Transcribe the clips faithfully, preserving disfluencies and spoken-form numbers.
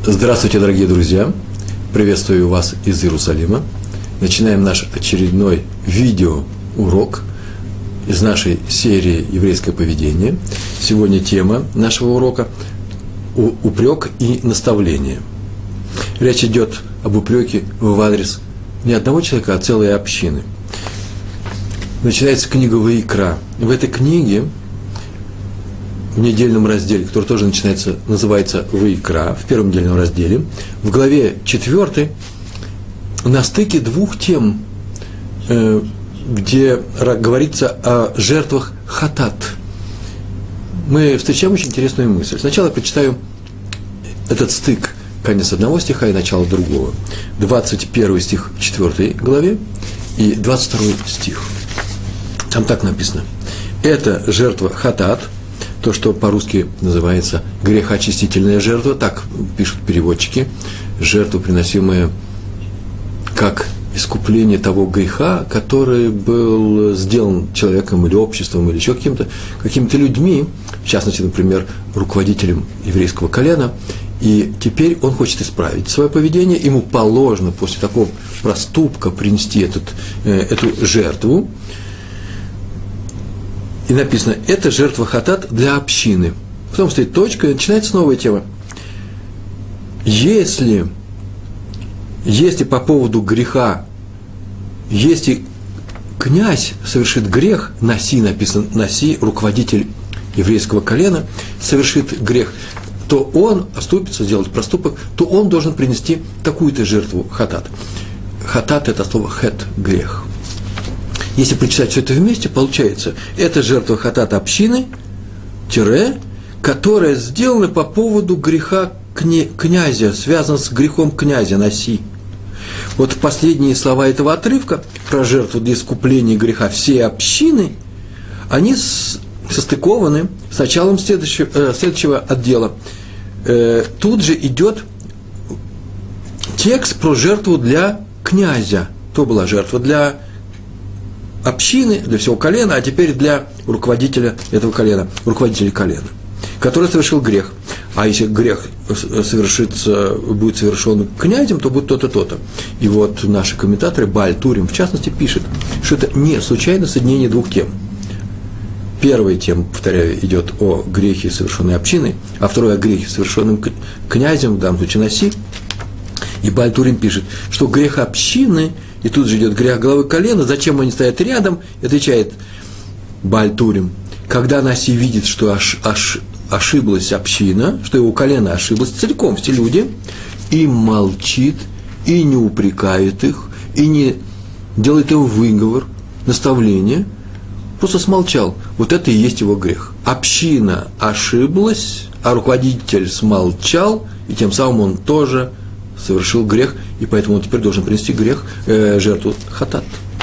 Здравствуйте, дорогие друзья! Приветствую вас из Иерусалима. Начинаем наш очередной видеоурок из нашей серии «Еврейское поведение». Сегодня тема нашего урока – упрек и наставление. Речь идет об упреке в адрес не одного человека, а целой общины. Начинается книга Ваикра. В этой книге, в недельном разделе, который тоже начинается, называется Ваикра, в первом недельном разделе, в главе четвёртой, на стыке двух тем, где говорится о жертвах хатат, мы встречаем очень интересную мысль. Сначала я прочитаю этот стык, конец одного стиха и начало другого. двадцать первый стих в четвёртой главе и двадцать второй стих. Там так написано. Это жертва хатат, то, что по-русски называется грехоочистительная жертва, так пишут переводчики, жертва, приносимая как искупление того греха, который был сделан человеком или обществом, или еще каким-то, какими-то людьми, в частности, например, руководителем еврейского колена, и теперь он хочет исправить свое поведение, ему положено после такого проступка принести этот, э, эту жертву. И написано, это жертва хатат для общины. Потом стоит точка, и начинается новая тема. Если, если по поводу греха, если князь совершит грех, Наси написано, Наси, руководитель еврейского колена, совершит грех, то он оступится, сделает проступок, то он должен принести такую-то жертву хатат. Хатат – это слово хет, грех. Если прочитать все это вместе, получается, это жертва хатат общины, тире, которая сделана по поводу греха князя, связана с грехом князя Наси. Вот последние слова этого отрывка про жертву для искупления греха всей общины, они состыкованы с началом следующего, э, следующего отдела. Э, тут же идет текст про жертву для князя. То была жертва для общины, для всего колена, а теперь для руководителя этого колена, руководителя колена, который совершил грех. А если грех совершится, будет совершен князем, то будет то-то, то-то. И вот наши комментаторы, Бааль Турим, в частности, пишет, что это не случайно соединение двух тем. Первая тема, повторяю, идет о грехе, совершенной общиной, а вторая о грехе, совершенном князем, в данном случае Наси. И Бааль Турим пишет, что грех общины, и тут же идет грех головы колена, зачем они стоят рядом, отвечает Бааль Турим. Когда Наси видит, что аж, аж, ошиблась община, что его колено ошиблось целиком, все люди, и молчит, и не упрекает их, и не делает им выговор, наставление, просто смолчал. Вот это и есть его грех. Община ошиблась, а руководитель смолчал, и тем самым он тоже совершил грех, и поэтому он теперь должен принести грех, э, жертву хатат.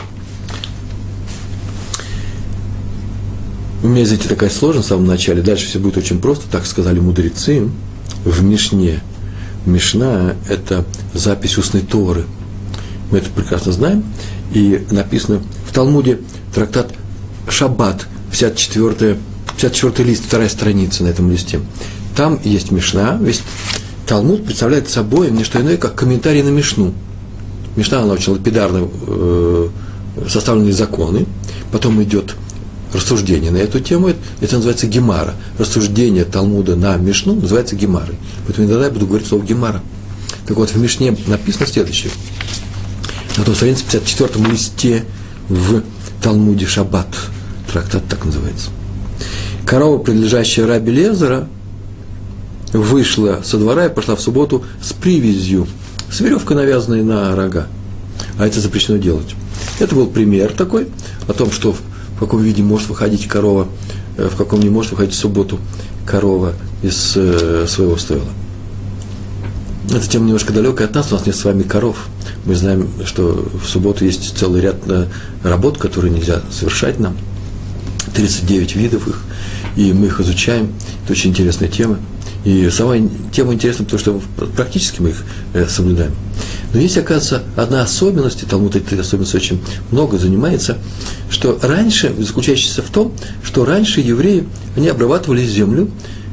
У меня, знаете, такая сложность в самом начале, дальше все будет очень просто, так сказали мудрецы, в Мишне. Мишна – это запись устной Торы. Мы это прекрасно знаем, и написано в Талмуде, трактат Шаббат, пятьдесят четвёртый, пятьдесят четвёртый лист, вторая страница на этом листе. Там есть Мишна, весь Талмуд представляет собой не что иное, как комментарий на Мишну. Мишна, она очень лапидарно э, составленные законы, потом идет рассуждение на эту тему, это называется гемара. Рассуждение Талмуда на Мишну называется гемарой. Поэтому иногда я буду говорить слово гемара. Так вот, в Мишне написано следующее. На том странице пятьдесят четвёртом листе в Талмуде Шаббат, трактат так называется. Корова, принадлежащая раби Лезера, вышла со двора и пошла в субботу с привязью, с веревкой, навязанной на рога. А это запрещено делать. Это был пример такой о том, что в каком виде может выходить корова, в каком не может выходить в субботу корова из своего стойла. Эта тема немножко далекая от нас, у нас нет с вами коров. Мы знаем, что в субботу есть целый ряд работ, которые нельзя совершать нам. тридцать девять видов их, и мы их изучаем. Это очень интересная тема. И сама тема интересна, потому что практически мы их э, соблюдаем. Но есть, оказывается, одна особенность, и Талмуд этой особенностью очень много занимается, что раньше, заключающаяся в том, что раньше евреи, они обрабатывали землю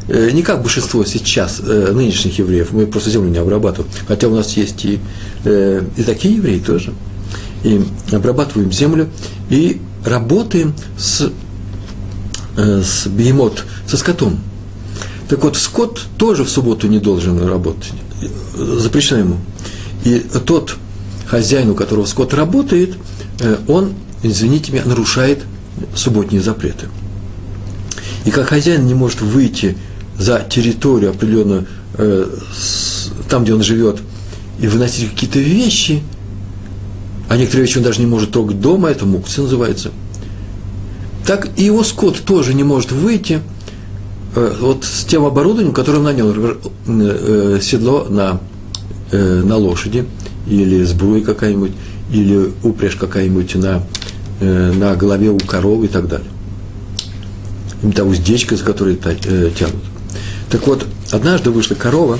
не как большинство сейчас нынешних евреев, мы просто землю не обрабатываем, хотя у нас есть и, и такие евреи тоже, и обрабатываем землю, и работаем с, с бегемот, со скотом. Так вот, скот тоже в субботу не должен работать, запрещено ему. И тот хозяин, у которого скот работает, он, извините меня, нарушает субботние запреты. И как хозяин не может выйти за территорию определенную, э, с, там, где он живет, и выносить какие-то вещи, а некоторые вещи он даже не может трогать дома, это мукция называется, так и его скот тоже не может выйти э, вот с тем оборудованием, которое на нем, например, э, седло на, э, на лошади, или сбруя какая-нибудь, или упряжь какая-нибудь на, э, на голове у коровы и так далее. Или та уздечка, за которой э, тянут. Так вот, однажды вышла корова,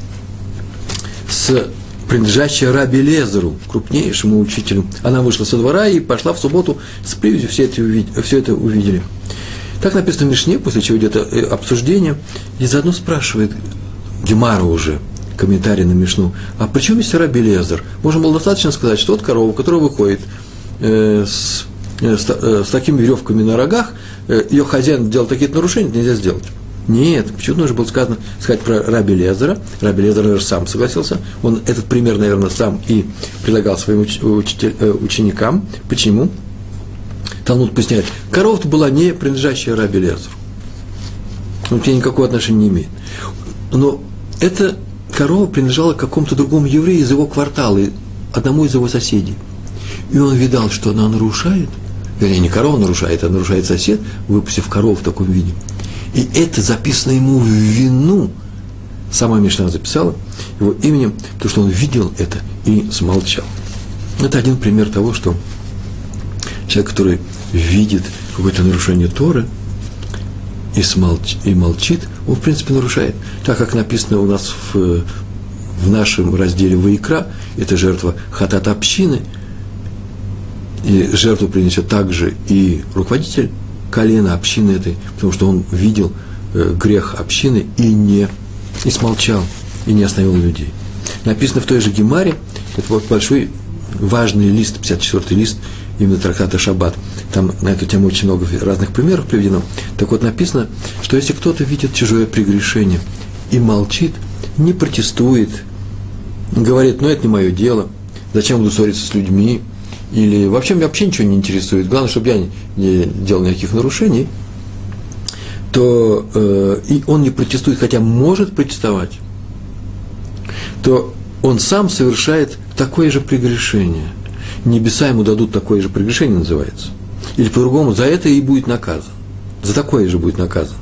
с принадлежащая Раби Лезеру, крупнейшему учителю. Она вышла со двора и пошла в субботу с привязью, все это, увидели, все это увидели. Так написано в Мишне, после чего идет обсуждение, и заодно спрашивает Гемара уже, комментарий на Мишну, а при чем есть Раби Лезер? Можно было достаточно сказать, что вот корова, которая выходит э, с, э, с, э, с такими веревками на рогах, э, ее хозяин делал такие нарушения, это нельзя сделать. Нет, почему нужно было сказано, сказать про Раби Лезера? Раби Лезер, наверное, сам согласился. Он этот пример, наверное, сам и предлагал своим уч, учитель, э, ученикам. Почему? Талмуд поясняет, корова-то была не принадлежащая Раби Лезеру. Он к ней никакого отношения не имеет. Но эта корова принадлежала какому-то другому еврею из его квартала, одному из его соседей. И он видал, что она нарушает, вернее, не корова нарушает, а нарушает сосед, выпустив корову в таком виде. И это записано ему в вину. Сама Мишна записала его именем, потому что он видел это и смолчал. Это один пример того, что человек, который видит какое-то нарушение Торы и, смолч, и молчит, он, в принципе, нарушает. Так как написано у нас в, в нашем разделе Ваикра, это жертва хатат общины, и жертву принесет также и руководитель колена общины этой, потому что он видел э, грех общины и не и смолчал, и не остановил людей. Написано в той же Гемаре, это вот большой важный лист, пятьдесят четвёртый лист, именно трактата Шаббат. Там на эту тему очень много разных примеров приведено. Так вот написано, что если кто-то видит чужое прегрешение и молчит, не протестует, говорит, ну это не мое дело, зачем буду ссориться с людьми, или вообще меня вообще ничего не интересует, главное, чтобы я не делал никаких нарушений, то э, и он не протестует, хотя может протестовать, то он сам совершает такое же прегрешение. Небеса ему дадут такое же прегрешение, называется. Или по-другому, за это и будет наказан. За такое же будет наказан.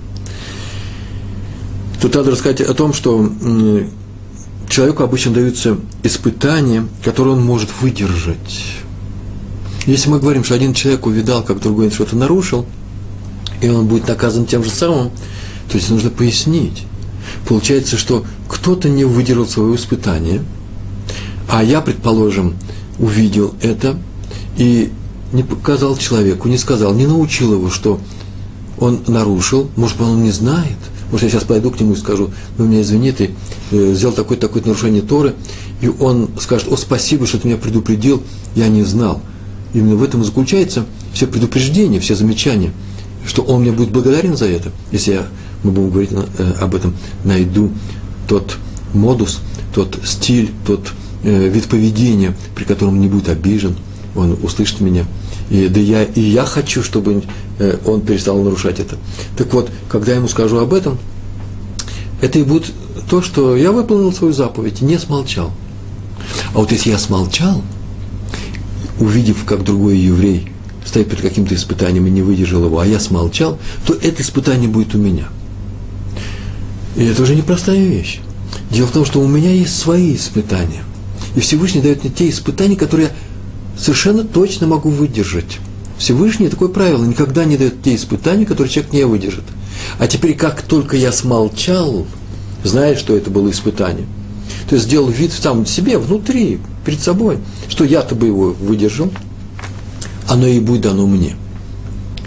Тут надо рассказать о том, что э, человеку обычно даются испытания, которые он может выдержать. Если мы говорим, что один человек увидал, как другой что-то нарушил, и он будет наказан тем же самым, то есть нужно пояснить. Получается, что кто-то не выдержал свое испытание, а я, предположим, увидел это и не показал человеку, не сказал, не научил его, что он нарушил, может быть, он не знает. Может, я сейчас пойду к нему и скажу, ну, меня извини, ты э, сделал такое-то такое нарушение Торы, и он скажет, о, спасибо, что ты меня предупредил, я не знал. Именно в этом и заключается все предупреждения, все замечания, что он мне будет благодарен за это, если я, мы будем говорить э, об этом, найду тот модус, тот стиль, тот э, вид поведения, при котором он не будет обижен, он услышит меня. И, да я, и я хочу, чтобы э, он перестал нарушать это. Так вот, когда я ему скажу об этом, это и будет то, что я выполнил свою заповедь, не смолчал. А вот если я смолчал, увидев, как другой еврей стоит перед каким-то испытанием и не выдержал его, а я смолчал, то это испытание будет у меня. И это уже непростая вещь. Дело в том, что у меня есть свои испытания. И Всевышний дает мне те испытания, которые я совершенно точно могу выдержать. Всевышний такое правило, никогда не дает те испытания, которые человек не выдержит. А теперь, как только я смолчал, зная, что это было испытание, то есть сделал вид сам себе, внутри, перед собой, что я-то бы его выдержал, оно и будет дано мне.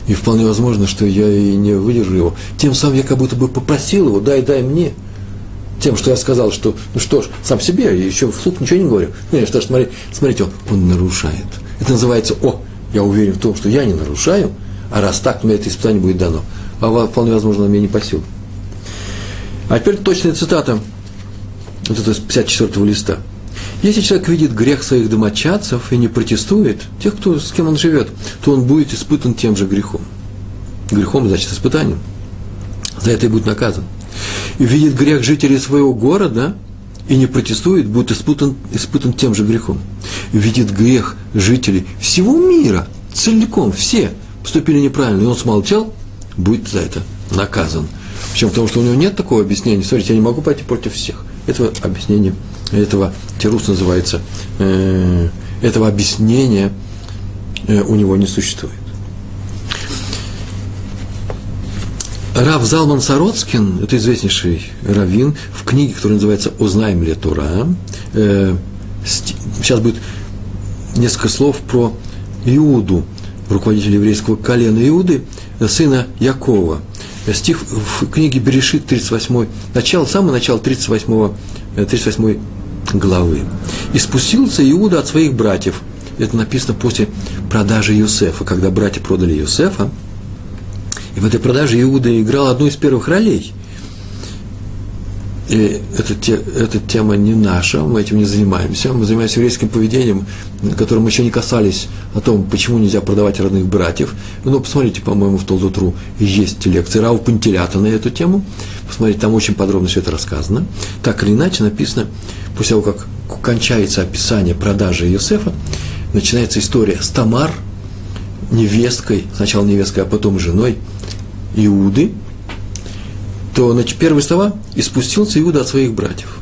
И вполне возможно, что я и не выдержу его. Тем самым я как будто бы попросил его, дай, дай мне. Тем, что я сказал, что, ну что ж, сам себе, я еще вслух ничего не говорю. Нет, что ж, смотри, смотрите, он, он нарушает. Это называется, о, я уверен в том, что я не нарушаю, а раз так, мне это испытание будет дано. А вполне возможно, он мне не по силам. А теперь точная цитата вот этого с пятьдесят четвёртого листа. Если человек видит грех своих домочадцев и не протестует, тех, кто, с кем он живет, то он будет испытан тем же грехом. Грехом, значит, испытанием. За это и будет наказан. И видит грех жителей своего города и не протестует, будет испытан, испытан тем же грехом. И видит грех жителей всего мира, целиком, все поступили неправильно, и он смолчал, будет за это наказан. Причем потому, что у него нет такого объяснения. Смотрите, я не могу пойти против всех. Этого объяснения, этого тирус называется, э, этого объяснения э, у него не существует. Рав Залман Сороцкин, это известнейший раввин, в книге, которая называется «Ознаем ле Тора», э, сейчас будет несколько слов про Иуду, руководителя еврейского колена Иуды, сына Якова. Стих в книге Берешит, тридцать восьмой, начало, самое начало тридцать восьмой, тридцать восьмой главы. «И спустился Иуда от своих братьев». Это написано после продажи Йосефа, когда братья продали Йосефа. И в этой продаже Иуда играл одну из первых ролей. И эта, те, эта тема не наша, мы этим не занимаемся. Мы занимаемся еврейским поведением, которым мы еще не касались о том, почему нельзя продавать родных братьев. Ну, посмотрите, по-моему, в Толдот.ру есть лекция Рава Пантелята на эту тему. Посмотрите, там очень подробно все это рассказано. Так или иначе написано, после того, как кончается описание продажи Йосефа, начинается история с Тамар, невесткой, сначала невесткой, а потом женой Иуды, то значит, первые слова «И спустился Иуда от своих братьев».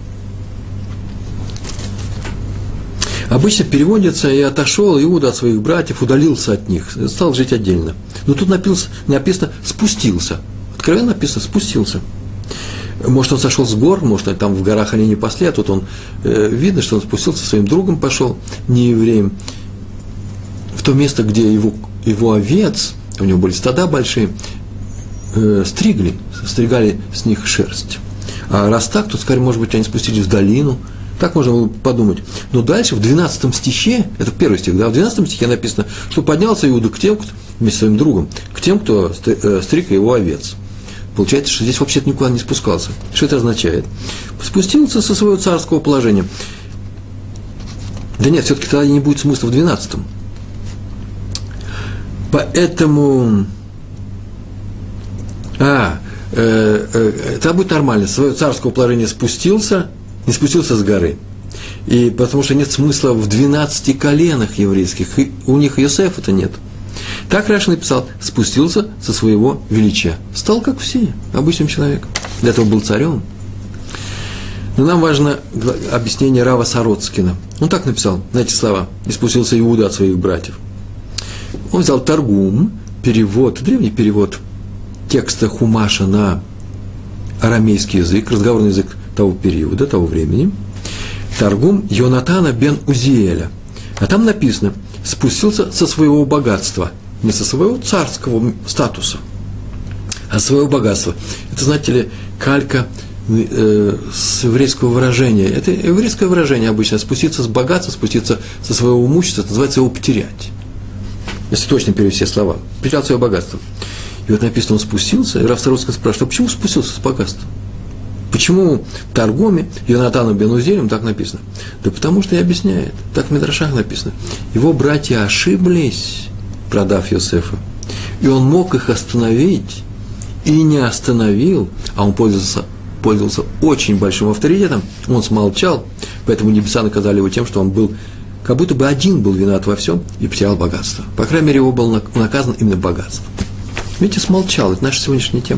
Обычно переводится «И отошел Иуда от своих братьев, удалился от них, стал жить отдельно». Но тут написано, написано «спустился». Откровенно написано «спустился». Может, он сошел с гор, может, там в горах они не пасли, а тут он, э, видно, что он спустился, со своим другом пошел, не евреем, в то место, где его, его овец, у него были стада большие, стригли, стригали с них шерсть. А раз так, то, скорее, может быть, они спустились в долину. Так можно было подумать. Но дальше, в двенадцатом стихе, это первый стих, да, в двенадцатом стихе написано, что поднялся Иуда к тем, кто, вместе с своим другом, к тем, кто стриг его овец. Получается, что здесь вообще-то никуда не спускался. Что это означает? Спустился со своего царского положения. Да нет, все-таки тогда не будет смысла в двенадцатом. Поэтому... А, э, э, это будет нормально. С своего царского положения спустился, не спустился с горы. И потому что нет смысла в двенадцати коленах еврейских. И у них Йосефа-то нет. Так Раши написал, спустился со своего величия. Стал как все, обычным человеком. Для этого был царем. Но нам важно объяснение Рава Сороцкина. Он так написал, на эти слова. И спустился Иуда от своих братьев. Он взял Таргум, перевод, древний перевод текста Хумаша на арамейский язык, разговорный язык того периода, того времени, Таргум Йонатана бен Узиэля. А там написано, спустился со своего богатства, не со своего царского статуса, а своего богатства. Это, знаете ли, калька э, с еврейского выражения. Это еврейское выражение обычно, спуститься с богатства, спуститься со своего имущества, это называется его потерять. Если точно перевести все слова. Потерял свое богатство. И вот написано, он спустился, и Рав Сороцкин спрашивает, а почему спустился с богатства? Почему в Таргуме Йонатану бен Узиэлем так написано? Да потому что и объясняет, так в Мидрашах написано. Его братья ошиблись, продав Йосефа, и он мог их остановить, и не остановил, а он пользовался, пользовался очень большим авторитетом, он смолчал, поэтому небеса наказали его тем, что он был, как будто бы один был виноват во всем и потерял богатство. По крайней мере, его был наказан именно богатством. Видите, смолчал, это наша сегодняшняя тема.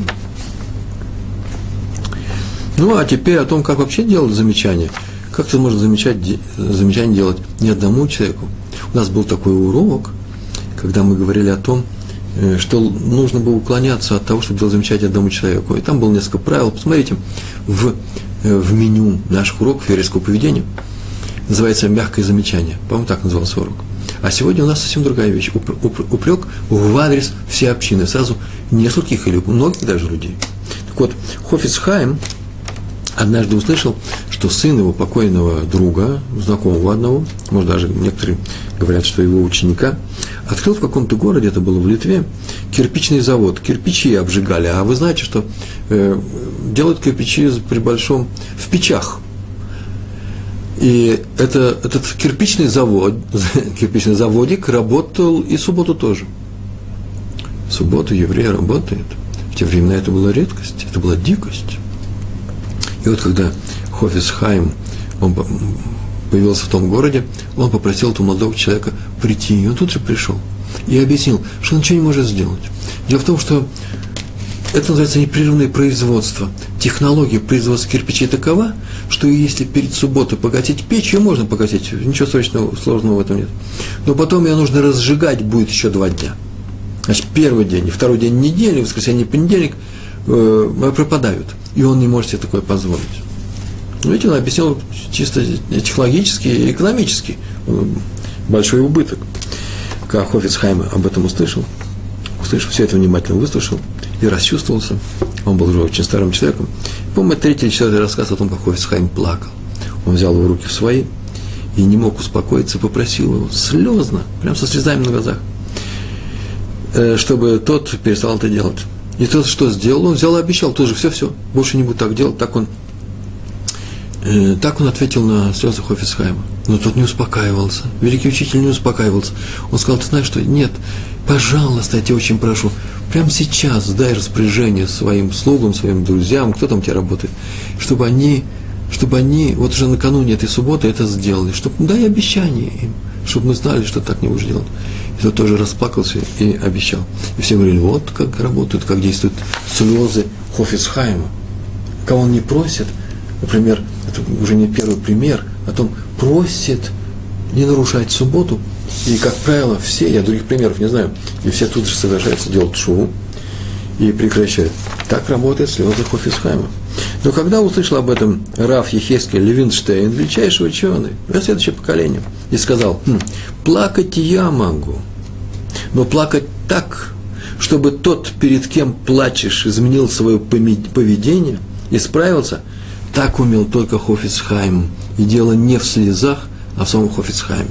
Ну, а теперь о том, как вообще делать замечания. Как ты можешь замечать, замечание делать ни одному человеку? У нас был такой урок, когда мы говорили о том, что нужно было уклоняться от того, чтобы делать замечание одному человеку. И там было несколько правил. Посмотрите, в, в меню наших уроков еврейского поведения называется «мягкое замечание». По-моему, так назывался урок. А сегодня у нас совсем другая вещь. Упрек в адрес всей общины. Сразу нескольких или многих даже людей. Так вот, Хафец Хаим однажды услышал, что сын его покойного друга, знакомого одного, может, даже некоторые говорят, что его ученика, открыл в каком-то городе, это было в Литве, кирпичный завод. Кирпичи обжигали. А вы знаете, что э, делают кирпичи при большом, в печах. И это, этот кирпичный завод, кирпичный заводик работал и в субботу тоже. В субботу еврей работает. В те времена это была редкость, это была дикость. И вот когда Хафец Хаим, он появился в том городе, он попросил этого молодого человека прийти, и он тут же пришел. И объяснил, что он ничего не может сделать. Дело в том, что это называется непрерывное производство. Технология производства кирпичей такова, что если перед субботой погасить печь, ее можно погасить, ничего срочного, сложного в этом нет. Но потом ее нужно разжигать будет еще два дня. Значит, первый день и второй день недели, воскресенье и понедельник э, пропадают. И он не может себе такое позволить. Ну, видите, он объяснил чисто технологически и экономически большой убыток. Когда Хафец Хаим об этом услышал, услышал, все это внимательно выслушал и расчувствовался. Он был уже очень старым человеком. Помню, третий или четвертый рассказ о том, как Хафец Хаим плакал. Он взял его в руки в свои и не мог успокоиться, попросил его слезно, прям со слезами на глазах, чтобы тот перестал это делать. И тот, что сделал, он взял и обещал тоже, все-все, больше не буду так делать. Так он, э, так он ответил на слезы Хафец Хаима. Но тот не успокаивался, великий учитель не успокаивался. Он сказал, ты знаешь что, нет, пожалуйста, я тебя очень прошу, прямо сейчас дай распоряжение своим слугам, своим друзьям, кто там у тебя работает, чтобы они, чтобы они вот уже накануне этой субботы это сделали, чтобы, дай обещание им, чтобы мы знали, что так не будешь делать. И тот тоже расплакался и обещал. И все говорили, вот как работают, как действуют слезы Хафец Хаима. Кого он не просит, например, это уже не первый пример, о том, просит не нарушать субботу. И, как правило, все, я других примеров не знаю, и все тут же соглашаются делать шоу и прекращают. Так работают слезы Хафец Хаима. Но когда услышал об этом Рав Йехескель Левинштейн, величайший ученый, следующее поколение, и сказал, хм, плакать я могу, но плакать так, чтобы тот, перед кем плачешь, изменил свое поведение, исправился, так умел только Хафец Хаим. И дело не в слезах, а в самом Хафец Хаиме.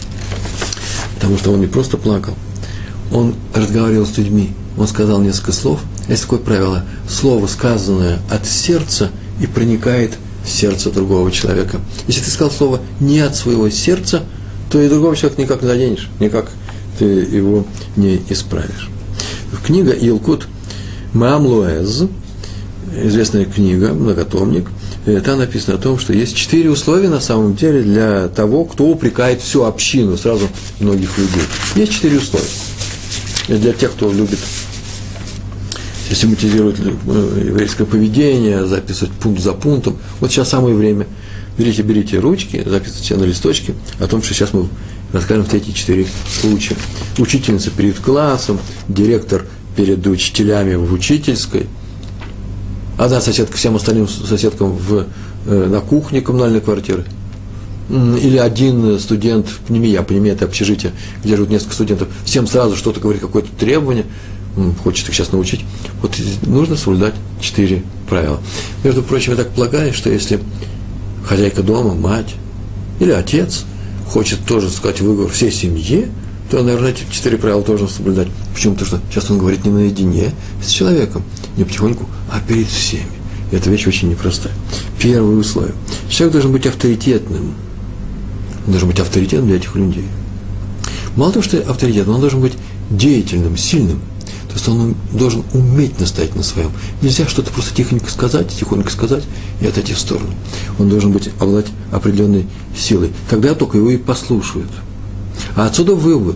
Потому что он не просто плакал, он разговаривал с людьми, он сказал несколько слов. Есть такое правило, слово, сказанное от сердца, и проникает в сердце другого человека. Если ты сказал слово не от своего сердца, то и другого человека никак не заденешь, никак ты его не исправишь. Книга Илкут Маам Лоэз, известная книга, многотомник, там написано о том, что есть четыре условия на самом деле для того, кто упрекает всю общину, сразу многих людей. Есть четыре условия. Для тех, кто любит систематизировать еврейское поведение, записывать пункт за пунктом. Вот сейчас самое время. Берите, берите ручки, записывайте на листочке о том, что сейчас мы расскажем все эти четыре случая. Учительница перед классом, директор перед учителями в учительской, одна соседка всем остальным соседкам в, э, на кухне коммунальной квартиры, или один студент в пневмия, пневмия – это общежитие, где живут несколько студентов, всем сразу что-то говорит, какое-то требование, хочет их сейчас научить. Вот нужно соблюдать четыре правила. Между прочим, я так полагаю, что если хозяйка дома, мать или отец хочет тоже сказать выговор всей семье, то, наверное, эти четыре правила должен соблюдать. Почему? Потому что сейчас он говорит не наедине с человеком, не потихоньку, а перед всеми. И эта вещь очень непростая. Первое условие. Человек должен быть авторитетным. Он должен быть авторитетом для этих людей. Мало того, что авторитетом, он должен быть деятельным, сильным. То есть он должен уметь настоять на своем. Нельзя что-то просто тихонько сказать, тихонько сказать и отойти в сторону. Он должен быть, обладать определенной силой. Тогда только его и послушают. А отсюда вывод.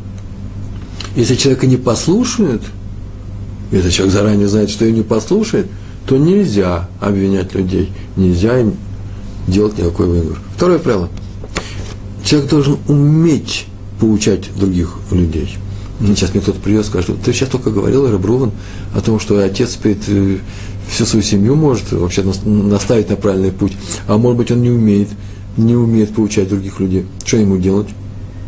Если человека не послушают, и этот человек заранее знает, что его не послушает, то нельзя обвинять людей, нельзя им делать никакой выговор. Второе правило. Человек должен уметь поучать других людей. Сейчас мне кто-то придет и скажет, ты сейчас только говорил, Реб Рувен, о том, что отец перед всю свою семью может вообще наставить на правильный путь, а может быть он не умеет, не умеет поучать других людей. Что ему делать?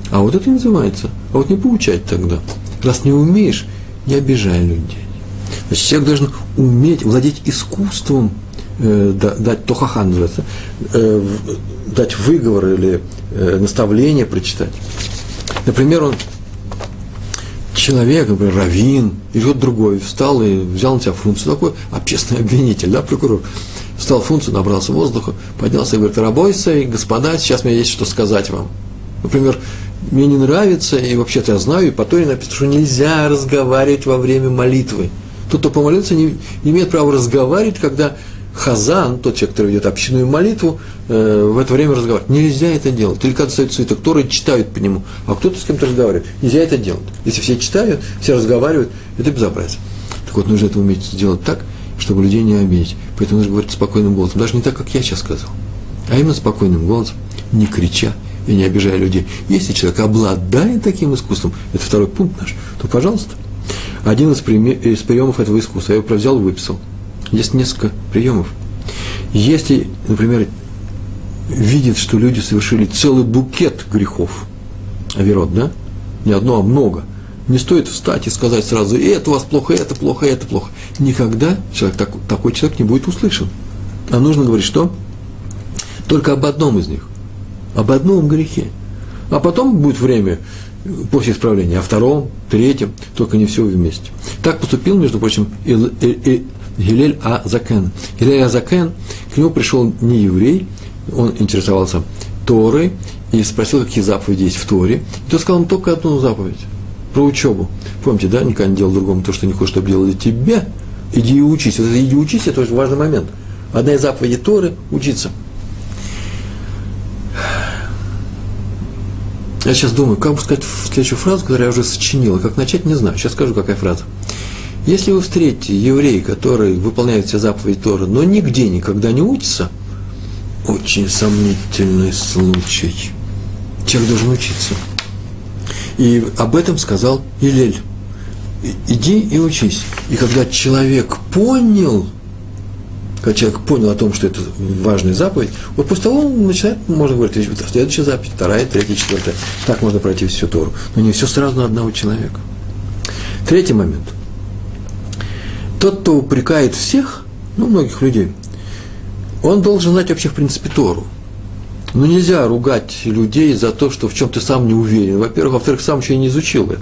А вот это и называется. А вот не поучать тогда. Раз не умеешь, не обижай людей. Значит, человек должен уметь владеть искусством, э, дать тохахан называется, э, дать выговор или э, наставление прочитать. Например, он человек, например, раввин, или кто-то другой, встал и взял на себя функцию, такой общественный обвинитель, да, прокурор, встал в функцию, набрался воздуха, поднялся и говорит: рабойся, господа, сейчас мне есть что сказать вам. Например, мне не нравится, и вообще-то я знаю, и по Торе написано, что нельзя разговаривать во время молитвы. Тот, кто помолился, не, не имеет права разговаривать, когда хазан, тот человек, который ведет общинную молитву, э, в это время разговаривает. Нельзя это делать. Или когда стоит свиток Торы и читают по нему, а кто-то с кем-то разговаривает. Нельзя это делать. Если все читают, все разговаривают, это безобразие. Так вот, нужно это уметь сделать так, чтобы людей не обидеть. Поэтому нужно говорить спокойным голосом. Даже не так, как я сейчас сказал, а именно спокойным голосом, не крича и не обижая людей. Если человек обладает таким искусством, это второй пункт наш, то, пожалуйста, один из, из приемов этого искусства, я его взял и выписал. Есть несколько приемов. Если, например, видит, что люди совершили целый букет грехов, авирот, да, не одно, а много, не стоит встать и сказать сразу: это у вас плохо, это плохо, это плохо. Никогда человек, так, такой человек не будет услышан. А нужно говорить, что? Только об одном из них, об одном грехе. А потом будет время после исправления, о втором, третьем, только не все вместе. Так поступил, между прочим, Ил, Ил, Ил, Гилель а-Закен. Гилель а-Закен, к нему пришел не еврей, он интересовался Торой и спросил, какие заповеди есть в Торе. И тот сказал ему только одну заповедь, про учебу. Помните, да, никогда не делал другому то, что не хочешь, чтобы делали тебе. Иди и учись. Вот это иди и учись, это очень важный момент. Одна из заповедей Торы – учиться. Я сейчас думаю, как бы сказать следующую фразу, которую я уже сочинил, как начать, не знаю. Сейчас скажу, какая фраза. Если вы встретите еврея, который выполняет все заповеди Торы, но нигде никогда не учится, очень сомнительный случай. Человек должен учиться. И об этом сказал Илель. Иди и учись. И когда человек понял, когда человек понял о том, что это важная заповедь, вот после того он начинает, можно говорить, следующая заповедь, вторая, третья, четвертая. Так можно пройти всю Тору. Но не все сразу на одного человека. Третий момент. Тот, кто упрекает всех, ну, многих людей, он должен знать вообще, в принципе, Тору. Но нельзя ругать людей за то, что в чем ты сам не уверен. Во-первых, во-вторых, сам еще и не изучил это.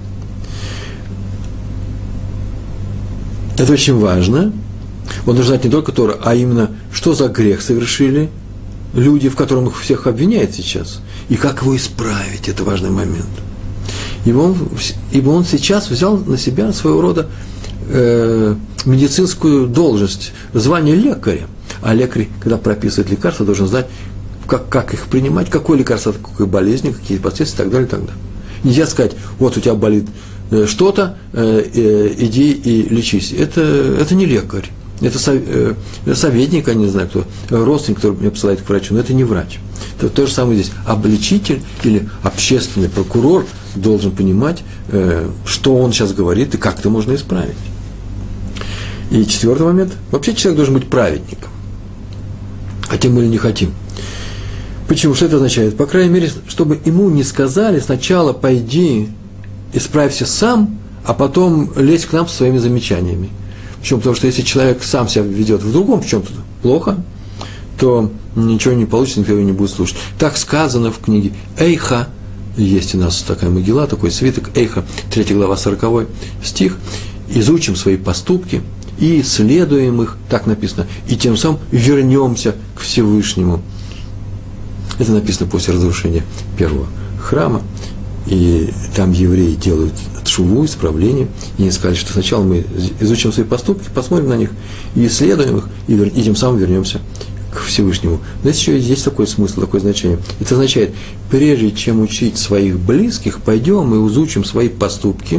Это очень важно. Он должен знать не только Тору, а именно, что за грех совершили люди, в котором их всех обвиняют сейчас, и как его исправить. Это важный момент. Ибо он, ибо он сейчас взял на себя своего рода э, медицинскую должность, звание лекаря. А лекарь, когда прописывает лекарства, должен знать, как, как их принимать, какое лекарство от какой болезни, какие последствия и так далее, и так далее. Нельзя сказать: вот у тебя болит что-то, э, э, иди и лечись. Это, это не лекарь. Это советник, я не знаю кто, родственник, который меня посылает к врачу, но это не врач. Это то же самое здесь. Обличитель или общественный прокурор должен понимать, что он сейчас говорит и как это можно исправить. И четвертый момент. Вообще человек должен быть праведником. Хотим мы или не хотим. Почему? Что это означает? По крайней мере, чтобы ему не сказали: сначала пойди, исправься сам, а потом лезь к нам со своими замечаниями. Почему? Потому что если человек сам себя ведет в другом в чем-то плохо, то ничего не получится, никто его не будет слушать. Так сказано в книге Эйха. Есть у нас такая могила, такой свиток Эйха, третья глава, сороковой стих. Изучим свои поступки и исследуем их, так написано, и тем самым вернемся к Всевышнему. Это написано после разрушения первого храма. И там евреи делают тшуву, исправление, и они сказали, что сначала мы изучим свои поступки, посмотрим на них, и исследуем их, и, вер... и тем самым вернемся к Всевышнему. Но здесь еще есть такой смысл, такое значение. Это означает, прежде чем учить своих близких, пойдем и изучим свои поступки,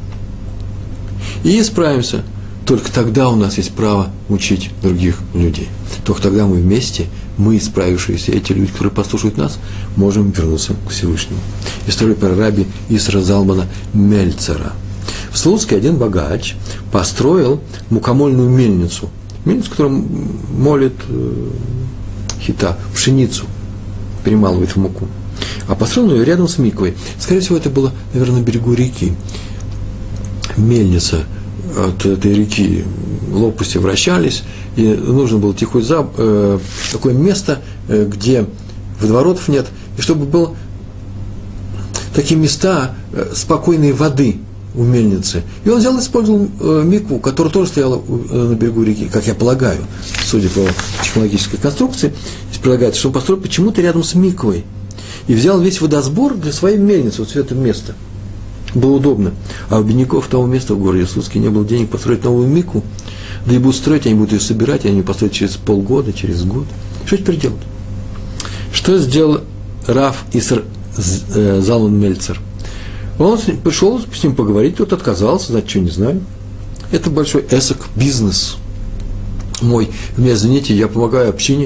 и исправимся. Только тогда у нас есть право учить других людей. Только тогда мы вместе, мы, исправившиеся, эти люди, которые послушают нас, можем вернуться к Всевышнему. История про раби Исра Залмана Мельцера. В Слуцке один богач построил мукомольную мельницу. Мельницу, которая молит э, хита, пшеницу, перемалывает в муку. А построил он ее рядом с миквой. Скорее всего, это было, наверное, на берегу реки. Мельница от этой реки, лопасти вращались, и нужно было тихое зап, э, такое место, э, где водоворотов нет, и чтобы было такие места э, спокойной воды у мельницы. И он взял и использовал э, микву, которая тоже стояла э, на берегу реки, как я полагаю, судя по технологической конструкции. Здесь предлагается, что он построил почему-то рядом с миквой. И взял весь водосбор для своей мельницы, вот это место. Было удобно. А у бедняков того места в городе Слуцке не было денег построить новую микву. Да и будут строить, они будут ее собирать, и они построят через полгода, через год. Что теперь делать? Что сделал Рав Иср Залман Мельцер? Он пришел с ним поговорить, тот отказался, значит, что не знаю. Это большой эсок, бизнес мой. Вы меня извините, я помогаю общине.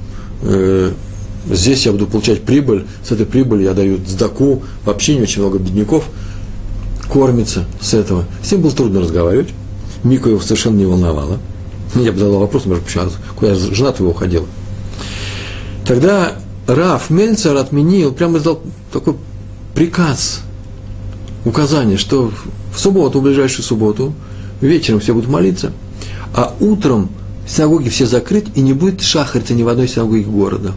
Здесь я буду получать прибыль, с этой прибыли я даю цдаку, в общине очень много бедняков кормится с этого. С ним было трудно разговаривать, Мика его совершенно не волновала. Я бы задал вопрос, может, куда жена твоего уходила. Тогда Рав Мельцер отменил, прямо издал такой приказ, указание, что в субботу, в ближайшую субботу, вечером все будут молиться, а утром синагоги все закрыть, и не будет шахарита ни в одной синагоге города.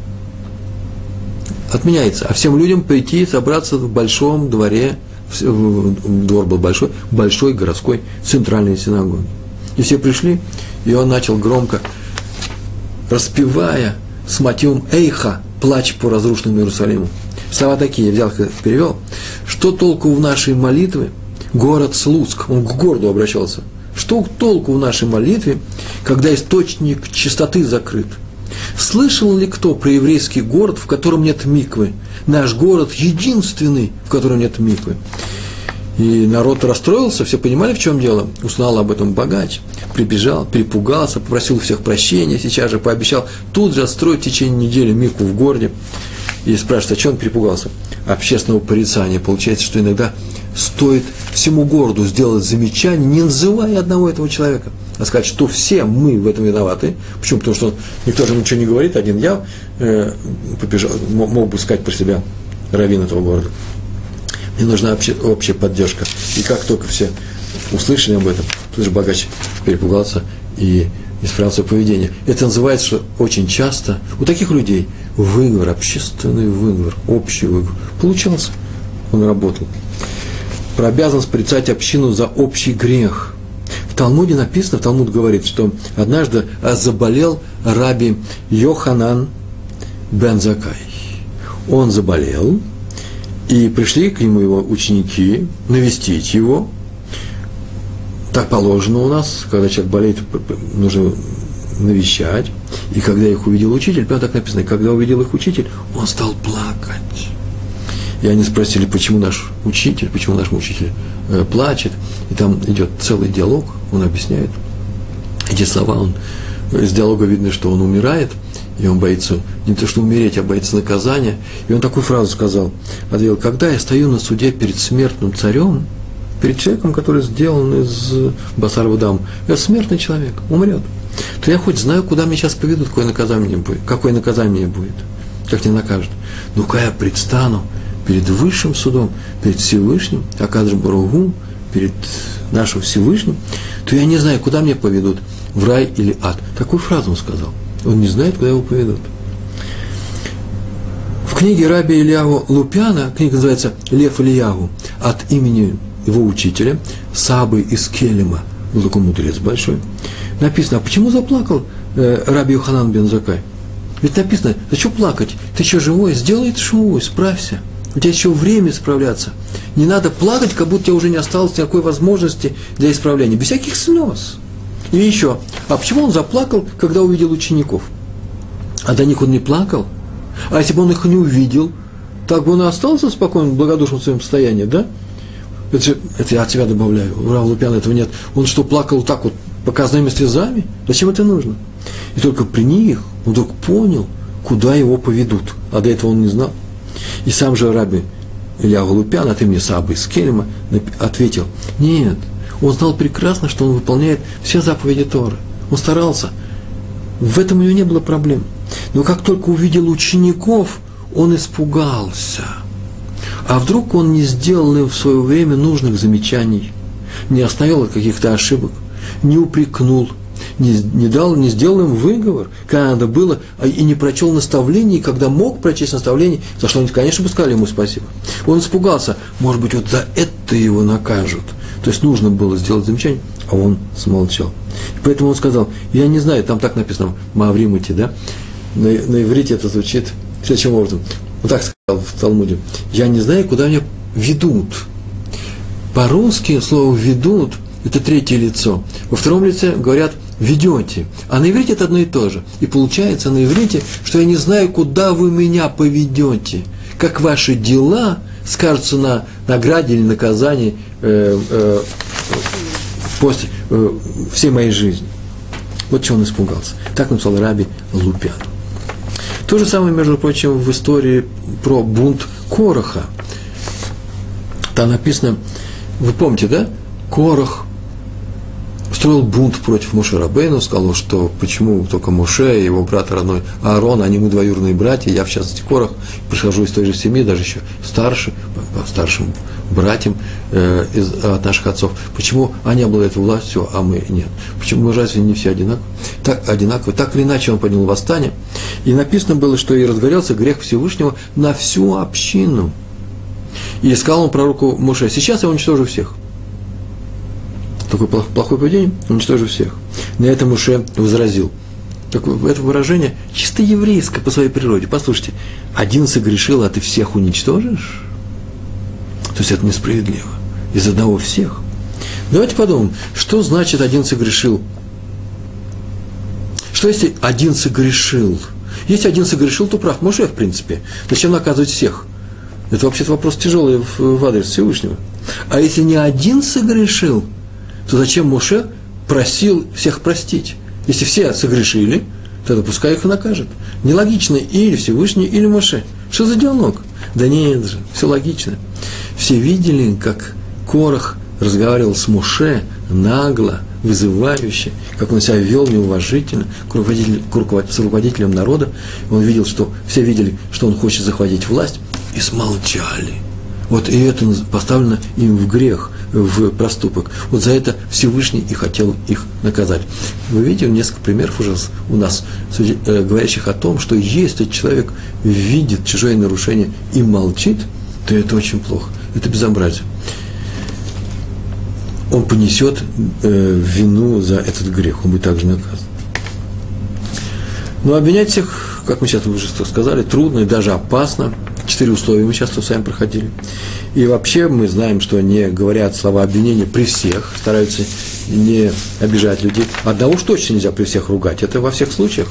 Отменяется. А всем людям прийти, собраться в большом дворе, двор был большой, большой городской центральной синагоги. И все пришли, и он начал громко, распевая с мотивом «Эйха», плач по разрушенному Иерусалиму. Слова такие, я взял их, перевел. Что толку в нашей молитве? Город Слуцк, он к городу обращался. Что толку в нашей молитве, когда источник чистоты закрыт? Слышал ли кто про еврейский город, в котором нет миквы? Наш город единственный, в котором нет миквы. И народ расстроился, все понимали, в чем дело. Узнал об этом богач, прибежал, перепугался, попросил у всех прощения, сейчас же пообещал тут же отстроить в течение недели микву в городе. И спрашивают, а что он перепугался? Общественного порицания. Получается, что иногда стоит всему городу сделать замечание, не называя одного этого человека, а сказать, что все мы в этом виноваты. Почему? Потому что никто же ничего не говорит, один я э, побежал, мог бы сказать про себя раввин этого города. Мне нужна общая, общая поддержка. И как только все услышали об этом, тут же богач перепугался и исправил свое поведение. Это называется, что очень часто у таких людей выговор, общественный выговор, общий выговор получался, он работал. Про обязанность порицать общину за общий грех. В Талмуде написано, в Талмуд говорит, что однажды заболел раби Йоханан бен Заккай. Он заболел, и пришли к нему его ученики навестить его. Так положено у нас, когда человек болеет, нужно навещать. И когда их увидел учитель, прямо так написано, когда увидел их учитель, он стал плакать. И они спросили, почему наш учитель, почему наш учитель э, плачет. И там идет целый диалог, он объясняет эти слова. Он, из диалога видно, что он умирает, и он боится не то что умереть, а боится наказания. И он такую фразу сказал, ответил, когда я стою на суде перед смертным царем, перед человеком, который сделан из басарова дам, я смертный человек, умрет, то я хоть знаю, куда меня сейчас поведут, какое наказание будет, какое наказание будет, как меня накажут. Но когда я предстану перед высшим судом, перед Всевышним, Акадж Баругу, перед нашим Всевышним, то я не знаю, куда меня поведут, в рай или ад. Такую фразу он сказал. Он не знает, куда его поведут. В книге раби Ильягу Лупяна, книга называется «Лев Ильягу», от имени его учителя, Сабы из Келема, был такой мудрец большой, написано, а почему заплакал э, раби Йоханан бен Заккай? Ведь написано, да что плакать, ты что, живой, сделай это живой, справься, у тебя еще время справляться. Не надо плакать, как будто у тебя уже не осталось никакой возможности для исправления, без всяких слез. И еще, а почему он заплакал, когда увидел учеников? А до них он не плакал? А если бы он их не увидел, так бы он и остался в спокойном, благодушном своем состоянии, да? Это, же, это я от себя добавляю, у Рава Лупяна этого нет. Он что, плакал так вот, показными слезами? Зачем это нужно? И только при них он вдруг понял, куда его поведут. А до этого он не знал. И сам же раби Ильягу Лупян от имени Сабы из Келема ответил, нет, он знал прекрасно, что он выполняет все заповеди Торы. Он старался. В этом у него не было проблем. Но как только увидел учеников, он испугался. А вдруг он не сделал им в свое время нужных замечаний, не остановил от каких-то ошибок, не упрекнул, не, не дал, не сделал им выговор, когда надо было, и не прочел наставлений, когда мог прочесть наставлений, за что они, конечно, бы сказали ему спасибо. Он испугался, может быть, вот за это его накажут. То есть нужно было сделать замечание, а он смолчал. И поэтому он сказал, я не знаю, там так написано, Маавримути, да? На, на иврите это звучит следующим образом. Он так сказал в Талмуде, я не знаю, куда меня ведут. По-русски слово «ведут» – это третье лицо. Во втором лице говорят «ведете». А на иврите это одно и то же. И получается на иврите, что я не знаю, куда вы меня поведете. Как ваши дела скажутся на награде или наказании э, э, после э, всей моей жизни. Вот чего он испугался. Так написал Раби Лупян. То же самое, между прочим, в истории про бунт Кораха. Там написано, вы помните, да? Корах строил бунт против Моше Рабейну, сказал, что почему только Моше и его брат родной Аарон, они мы двоюродные братья, я в частности Корах, прихожу из той же семьи, даже еще старше, по старшим братьям э, из, от наших отцов. Почему они обладают властью, а мы нет? Почему мы разве не все одинаковы? Так, одинаковые. Так или иначе он поднял восстание. И написано было, что и разгорелся грех Всевышнего на всю общину. И сказал он пророку Моше, сейчас я уничтожу всех. Такое плохое поведение, уничтожу всех. На это Моше возразил. Такое, это выражение чисто еврейское по своей природе. Послушайте, один согрешил, а ты всех уничтожишь? То есть это несправедливо. Из одного всех. Давайте подумаем, что значит один согрешил? Что если один согрешил? Если один согрешил, то прав Моше, в принципе. Зачем наказывать всех? Это вообще-то вопрос тяжелый в, в адрес Всевышнего. А если не один согрешил, то зачем Моше просил всех простить? Если все согрешили, тогда пускай их накажет. Нелогично или Всевышний, или Моше. Что за диалог? Да нет же, все логично. Все видели, как Корах разговаривал с Моше нагло, вызывающе, как он себя вел неуважительно к руководителю, к руководителю, с руководителем народа. Он видел, что все видели, что он хочет захватить власть, и смолчали. Вот и это поставлено им в грех, в проступок. Вот за это Всевышний и хотел их наказать. Вы видите несколько примеров уже у нас, говорящих о том, что если человек видит чужое нарушение и молчит, то это очень плохо. Это безобразие. Он понесет э, вину за этот грех, он будет также наказан. Но обвинять всех, как мы сейчас уже сказали, трудно и даже опасно. Четыре условия мы сейчас с вами проходили. И вообще мы знаем, что не говорят слова обвинения при всех, стараются не обижать людей. Одного уж точно нельзя при всех ругать, это во всех случаях.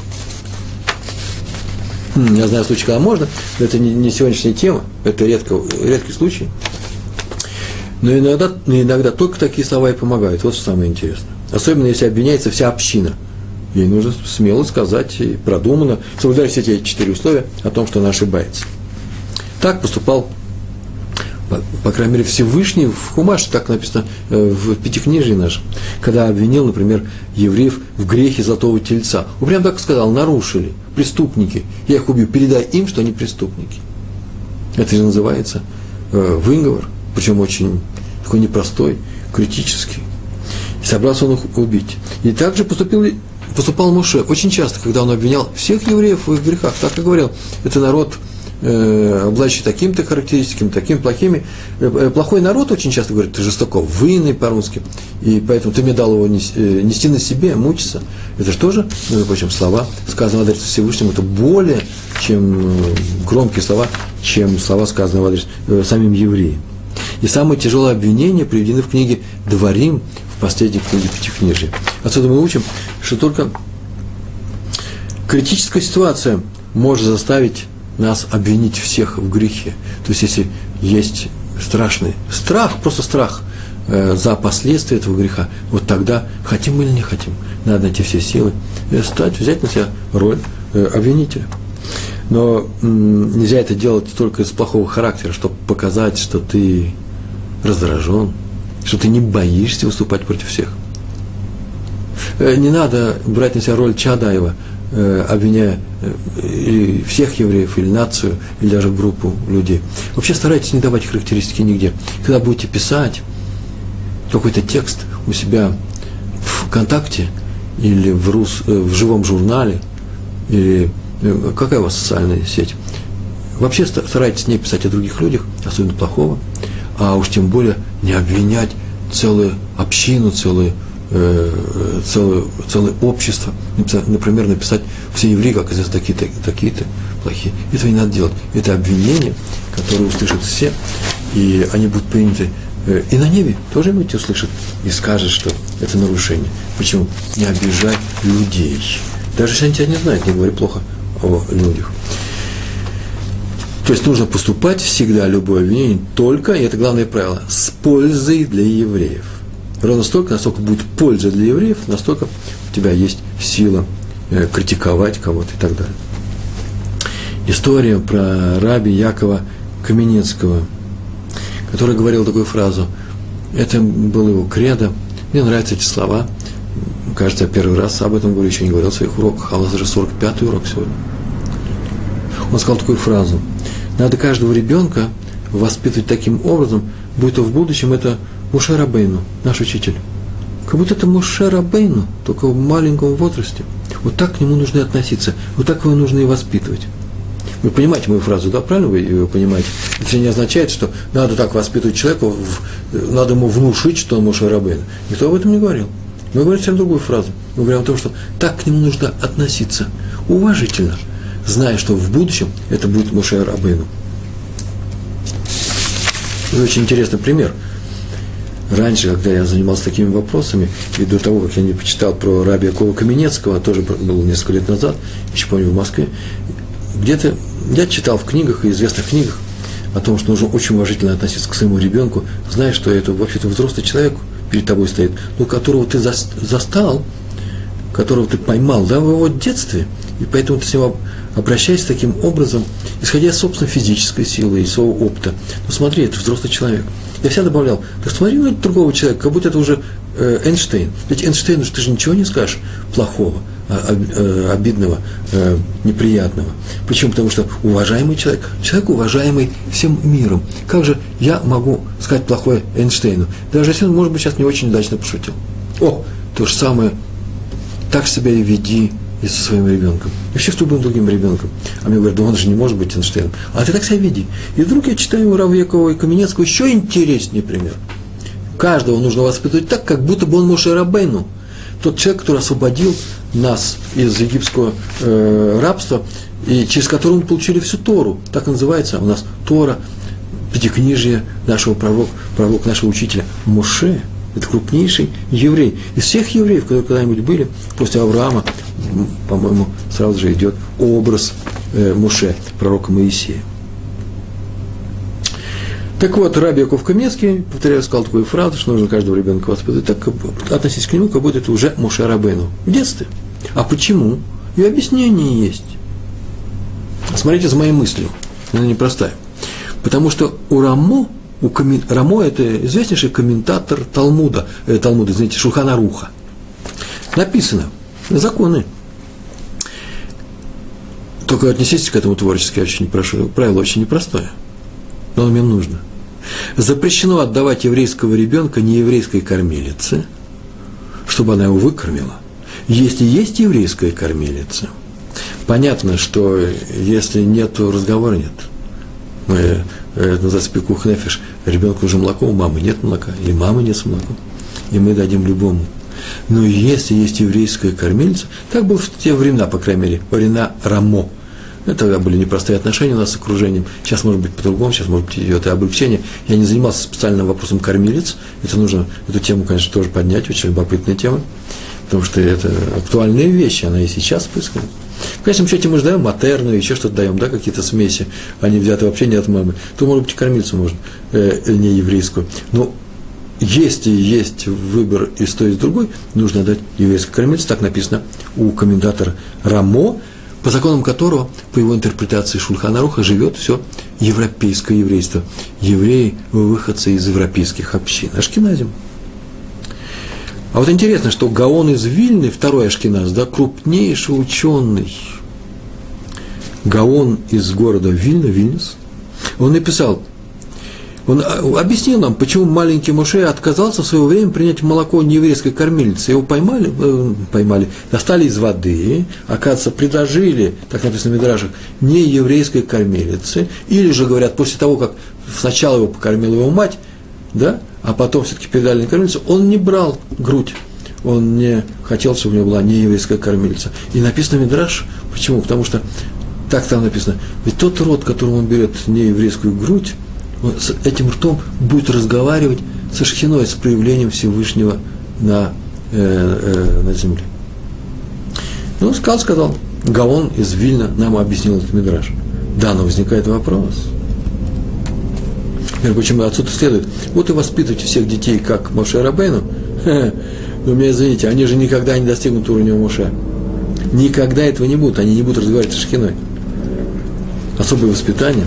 Я знаю случаи, когда можно, но это не, не сегодняшняя тема, это редко, редкий случай. Но иногда, иногда только такие слова и помогают, вот что самое интересное. Особенно, если обвиняется вся община. Ей нужно смело сказать и продуманно, соблюдая все эти четыре условия о том, что она ошибается. Так поступал, по, по крайней мере, Всевышний в Хумаше, так написано в Пятикнижии нашем, когда обвинил, например, евреев в грехе золотого тельца. Он прям так сказал, нарушили, преступники, я их убью, передай им, что они преступники. Это же называется э, выговор, причем очень такой непростой, критический. И собрался он их убить. И также поступил, поступал Моше очень часто, когда он обвинял всех евреев в их грехах, так и говорил, это народ, э, обладающий такими-то характеристиками, такими плохими. Э, плохой народ очень часто говорит, ты жестоко, винный по-русски, и поэтому ты мне дал его нести, э, нести на себе, мучиться. Это же тоже, между прочим, слова, сказанные в адрес Всевышнему, это более, чем э, громкие слова, чем слова, сказанные в адрес э, самим евреям. И самые тяжелые обвинения приведены в книге «Дворим», в последней книге Пятикнижия. Отсюда мы учим, что только критическая ситуация может заставить нас обвинить всех в грехе. То есть, если есть страшный страх, просто страх э, за последствия этого греха, вот тогда, хотим мы или не хотим, надо найти все силы, и стать, взять на себя роль э, обвинителя. Но м, нельзя это делать только из плохого характера, чтобы показать, что ты раздражен, что ты не боишься выступать против всех. Не надо брать на себя роль Чадаева, э, обвиняя э, или всех евреев, или нацию, или даже группу людей. Вообще старайтесь не давать характеристики нигде. Когда будете писать какой-то текст у себя в ВКонтакте или в, рус, э, в живом журнале, или э, какая у вас социальная сеть, вообще старайтесь не писать о других людях, особенно плохого, а уж тем более не обвинять целую общину, целую, э, целое, целое общество. Например, написать все евреи, как известно, такие-то, такие-то плохие. Этого не надо делать. Это обвинения, которые услышат все, и они будут приняты. Э, и на небе тоже будете услышать и скажет, что это нарушение. Почему? Не обижай людей. Даже если они тебя не знают, не говори плохо о людях. То есть нужно поступать всегда, любое обвинение, только, и это главное правило, с пользой для евреев. Ровно столько, насколько будет польза для евреев, настолько у тебя есть сила э, критиковать кого-то и так далее. История про раби Якова Каменецкого, который говорил такую фразу, это был его кредо, мне нравятся эти слова, кажется, я первый раз об этом говорю, еще не говорил в своих уроках, а у нас уже сорок пятый урок сегодня. Он сказал такую фразу: надо каждого ребенка воспитывать таким образом, будто в будущем это Моше Рабейну, наш учитель. Как будто это Моше Рабейну, только в маленьком возрасте. Вот так к нему нужно относиться, вот так его нужно и воспитывать. Вы понимаете мою фразу, да, правильно вы ее понимаете? Это не означает, что надо так воспитывать человека, надо ему внушить, что он Моше Рабейну. Никто об этом не говорил. Мы говорим совсем другую фразу. Мы говорим о том, что так к нему нужно относиться уважительно, зная, что в будущем это будет Моше Рабейну. Это очень интересный пример. Раньше, когда я занимался такими вопросами, и до того, как я не почитал про раби Якова Каменецкого, тоже было несколько лет назад, еще помню, в Москве, где-то я читал в книгах, и известных книгах, о том, что нужно очень уважительно относиться к своему ребенку, зная, что это вообще-то взрослый человек перед тобой стоит, но которого ты застал, которого ты поймал, да, в его детстве, и поэтому ты с ним обращайся таким образом, исходя из собственной физической силы и своего опыта. Ну смотри, это взрослый человек. Я всегда добавлял, да смотри на другого человека, как будто это уже э, Эйнштейн. Ведь Эйнштейну ты же ничего не скажешь плохого, э, обидного, э, неприятного. Почему? Потому что уважаемый человек, человек, уважаемый всем миром. Как же я могу сказать плохое Эйнштейну? Даже если он, может быть, сейчас не очень удачно пошутил. О, то же самое, так себя и веди и со своим ребенком, и вообще с любым другим ребенком. А мне говорят, да он же не может быть Эйнштейном. А ты так себя веди. И вдруг я читаю у Рава Якова и Каменецкого еще интереснее пример. Каждого нужно воспитывать так, как будто бы он Моше Рабейну. Тот человек, который освободил нас из египетского э, рабства, и через который мы получили всю Тору. Так называется у нас Тора, пятикнижие нашего пророка, пророк нашего учителя Моше. Это крупнейший еврей. Из всех евреев, которые когда-нибудь были, после Авраама, по-моему, сразу же идет образ э, Моше, пророка Моисея. Так вот, раби Яков Каменецкий, повторяю, сказал такую фразу, что нужно каждого ребенка воспитывать, так относитесь к нему, как будто это уже Моше Рабейну в детстве. А почему? И объяснение есть. Смотрите за моей мыслью, она непростая. Потому что у Рамо, у коммен... Рамо – это известнейший комментатор Талмуда, э, Талмуда, извините, Шулхан Аруха. Написано, законы. Только отнеситесь к этому творчески, я очень прошу. Правило очень непростое, но оно мне нужно. Запрещено отдавать еврейского ребенка нееврейской кормилице, чтобы она его выкормила. Если есть еврейская кормилица, понятно, что если нет, то разговора нет. Мы, это называется пикух нефеш, ребенку уже молоко, у мамы нет молока, или мамы нет с молоком, и мы дадим любому. Но если есть еврейская кормилица, так было в те времена, по крайней мере, во времена Рамо. Это тогда были непростые отношения у нас с окружением. Сейчас, может быть, по-другому, сейчас, может быть, идет и облегчение. Я не занимался специальным вопросом кормилиц. Это нужно, эту тему, конечно, тоже поднять, очень любопытная тема, потому что это актуальные вещи, она и сейчас происходит. В конечном счете мы же даем матерную, еще что-то даем, да, какие-то смеси, они взяты вообще не от мамы. То, может быть, кормильцу можно, э, не еврейскую. Но если есть выбор и с той, и с другой, нужно дать еврейскую кормильцу, так написано у комментатора Рамо, по законам которого, по его интерпретации Шулхан Аруха, живет все европейское еврейство. Евреи, выходцы из европейских общин. Ашкеназим. А вот интересно, что Гаон из Вильны, второй ашкеназ, да, крупнейший ученый, Гаон из города Вильна, Вильнюс, он написал, он объяснил нам, почему маленький Моше отказался в свое время принять молоко нееврейской кормилицы. Его поймали, э, поймали, достали из воды, оказывается, предложили, так написано в Мидрашах, нееврейской кормилице, или же, говорят, после того, как сначала его покормила его мать, да, а потом все-таки передали на кормилицу, он не брал грудь, он не хотел, чтобы у него была нееврейская кормилица. И написано в Мидраш, почему? Потому что так там написано, ведь тот род, которому он берет нееврейскую грудь, он с этим ртом будет разговаривать со Шхиной, с проявлением Всевышнего на, э, э, на земле. Ну, сказал, сказал, Гаон из Вильна нам объяснил этот мидраш. Да, но возникает вопрос. Между прочим, отсюда следует, вот и воспитывайте всех детей, как Моше Рабейну. Но меня извините, они же никогда не достигнут уровня Моше. Никогда этого не будут, они не будут разговаривать со Шхиной. Особое воспитание.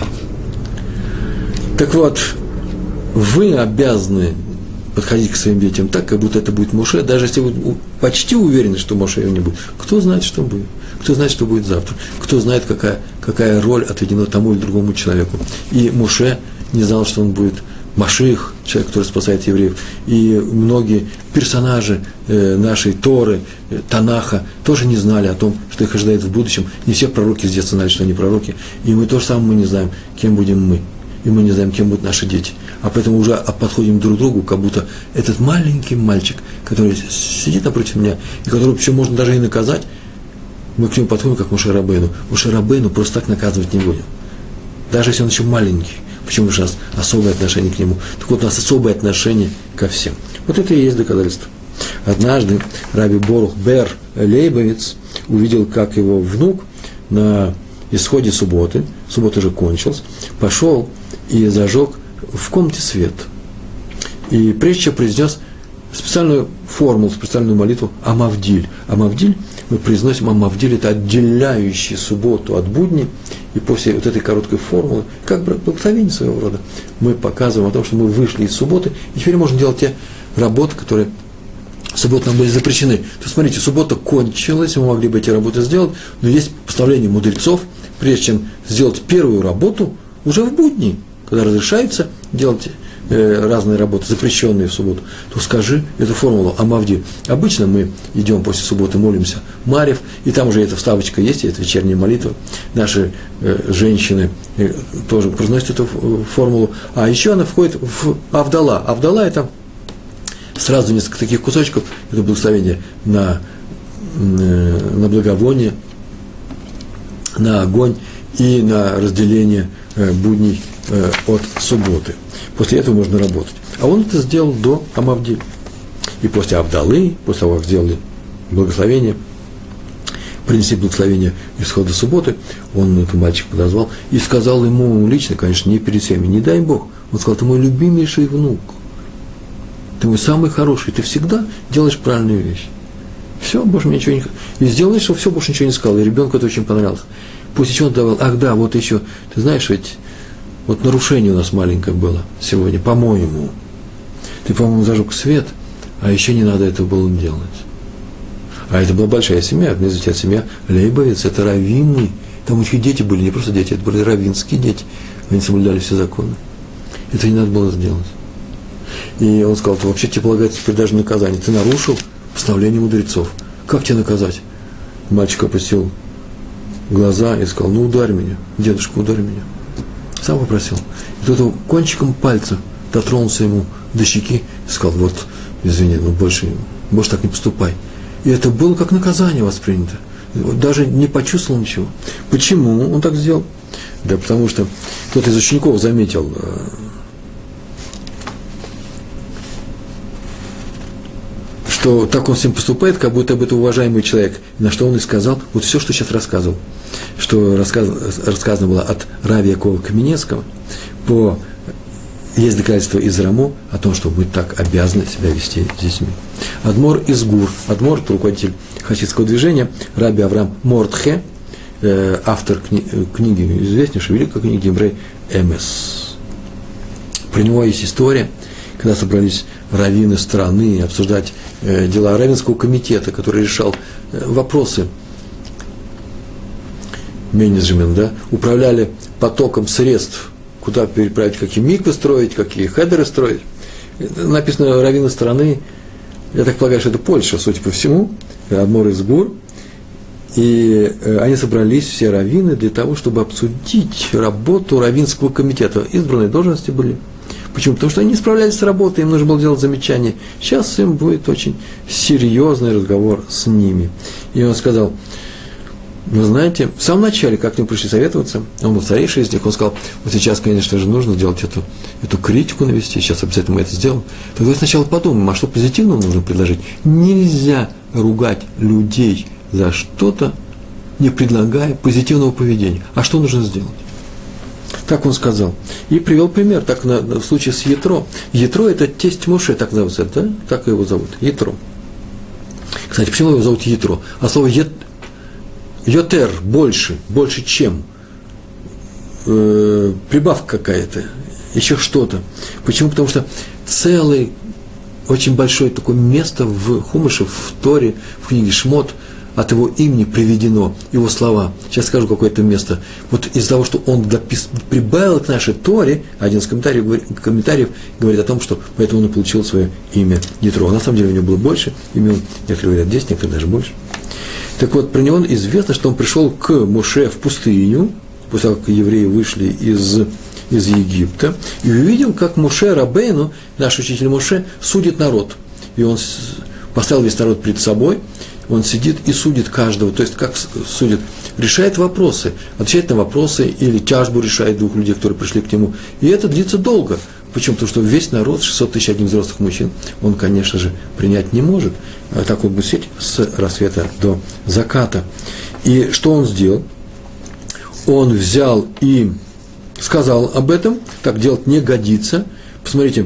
Так вот, вы обязаны подходить к своим детям так, как будто это будет Моше, даже если вы почти уверены, что Моше его не будет. Кто знает, что будет? Кто знает, что будет завтра? Кто знает, какая, какая роль отведена тому или другому человеку? И Моше не знал, что он будет Машиах, человек, который спасает евреев. И многие персонажи э, нашей Торы, э, Танаха, тоже не знали о том, что их ожидает в будущем. Не все пророки с детства знали, что они пророки. И мы тоже самое мы не знаем, кем будем мы. И мы не знаем, кем будут наши дети. А поэтому уже подходим друг к другу, как будто этот маленький мальчик, который сидит напротив меня, и которого еще можно даже и наказать, мы к нему подходим, как Моше Рабейну. Моше Рабейну просто так наказывать не будем. Даже если он еще маленький. Почему же у нас особое отношение к нему? Так вот, у нас особое отношение ко всем. Вот это и есть доказательство. Однажды Раби Борух Бер Лейбовиц увидел, как его внук на исходе субботы, суббота уже кончилась, пошел и зажег в комнате свет. И прежде чем произнес специальную формулу, специальную молитву Амавдиль. Амавдиль, мы произносим Амавдиль, это отделяющий субботу от будни. И после вот этой короткой формулы, как бы благословение своего рода, мы показываем о том, что мы вышли из субботы, и теперь можем делать те работы, которые в субботу нам были запрещены. То есть, смотрите, суббота кончилась, мы могли бы эти работы сделать, но есть постановление мудрецов, прежде чем сделать первую работу, уже в будни, когда разрешается делать э, разные работы, запрещенные в субботу, то скажи эту формулу Амавдиль. Обычно мы идем после субботы, молимся Марев, и там уже эта вставочка есть, это вечерняя молитва. Наши э, женщины э, тоже произносят эту формулу. А еще она входит в Авдала. Авдала – это сразу несколько таких кусочков, это благословение на, э, на благовоние, на огонь и на разделение э, будней э, от субботы. После этого можно работать. А он это сделал до Амавдиль. И после Авдалы, после того, как сделали благословение, принесли благословение исхода субботы, он этого мальчика подозвал и сказал ему лично, конечно, не перед всеми, не дай Бог, он сказал, ты мой любимейший внук, ты мой самый хороший, ты всегда делаешь правильную вещь. Все, больше мне ничего не... И сделал, что все, больше ничего не сказал, и ребенку это очень понравилось. После чего он добавил, ах да, вот еще, ты знаешь, ведь вот нарушение у нас маленькое было сегодня, по-моему. Ты, по-моему, зажег свет, а еще не надо этого было делать. А это была большая семья, знаете, семья Лейбовиц, это раввины. Там у них дети были, не просто дети, это были раввинские дети. Они соблюдали все законы. Это не надо было сделать. И он сказал, вообще тебе полагается теперь даже наказание. Ты нарушил постановление мудрецов. Как тебя наказать? Мальчик опустил глаза и сказал, ну ударь меня, дедушка, ударь меня. Сам попросил. И тот кончиком пальца дотронулся ему до щеки и сказал, вот, извини, ну больше, больше так не поступай. И это было как наказание воспринято. Даже не почувствовал ничего. Почему он так сделал? Да потому что кто-то из учеников заметил, что так он с ним поступает, как будто бы это уважаемый человек. На что он и сказал, вот все, что сейчас рассказывал, что рассказано, рассказано было от Рави Якова Каменецкого, по, есть доказательства из Рамо о том, что мы так обязаны себя вести с детьми. Адмор из Гур, Адмор, руководитель хасидского движения, Раби Авраам Мортхе, э, автор кни, книги, известнейшей великой книги Еврей Эмес. Про него есть история, когда собрались раввины страны обсуждать э, дела раввинского комитета, который решал э, вопросы менеджмент, да, управляли потоком средств, куда переправить, какие миквы строить, какие хедеры строить. Это написано раввины страны, я так полагаю, что это Польша, судя по всему, Адмор из Гур. И они собрались, все раввины, для того, чтобы обсудить работу раввинского комитета. Избранные должности были. Почему? Потому что они не справлялись с работой, им нужно было делать замечания. Сейчас им будет очень серьезный разговор с ними. И он сказал: вы знаете, в самом начале, как к нему пришли советоваться, он был старейший из них, он сказал: вот сейчас, конечно же, нужно делать эту, эту критику навести, сейчас обязательно мы это сделаем. Так давайте сначала подумаем, а что позитивного нужно предложить? Нельзя ругать людей за что-то, не предлагая позитивного поведения. А что нужно сделать? Так он сказал. И привел пример, так на, на, в случае с Ятро. Ятро – это тесть Моше, так зовут, да? Так его зовут, Ятро. Кстати, почему его зовут Ятро? А слово Ет, Йотер – больше, больше чем, э, прибавка какая-то, еще что-то. Почему? Потому что целое, очень большое такое место в Хумаше, в Торе, в книге Шмот – от его имени приведено, его слова. Сейчас скажу какое-то место. Вот из-за того, что он допис... прибавил к нашей Торе, один из комментариев, комментариев говорит о том, что поэтому он и получил свое имя Ятро. На самом деле у него было больше имен, некоторые говорят десять, некоторые даже больше. Так вот, про него известно, что он пришел к Моше в пустыню, после того, как евреи вышли из, из Египта, и увидел, как Моше Рабейну, наш учитель Моше, судит народ. И он поставил весь народ перед собой, он сидит и судит каждого, то есть как судит, решает вопросы, отвечает на вопросы или тяжбу решает двух людей, которые пришли к нему. И это длится долго. Почему? Потому что весь народ, шестьсот тысяч одних взрослых мужчин, он, конечно же, принять не может. А так он будет сидеть с рассвета до заката. И что он сделал? Он взял и сказал об этом, так делать не годится. Посмотрите,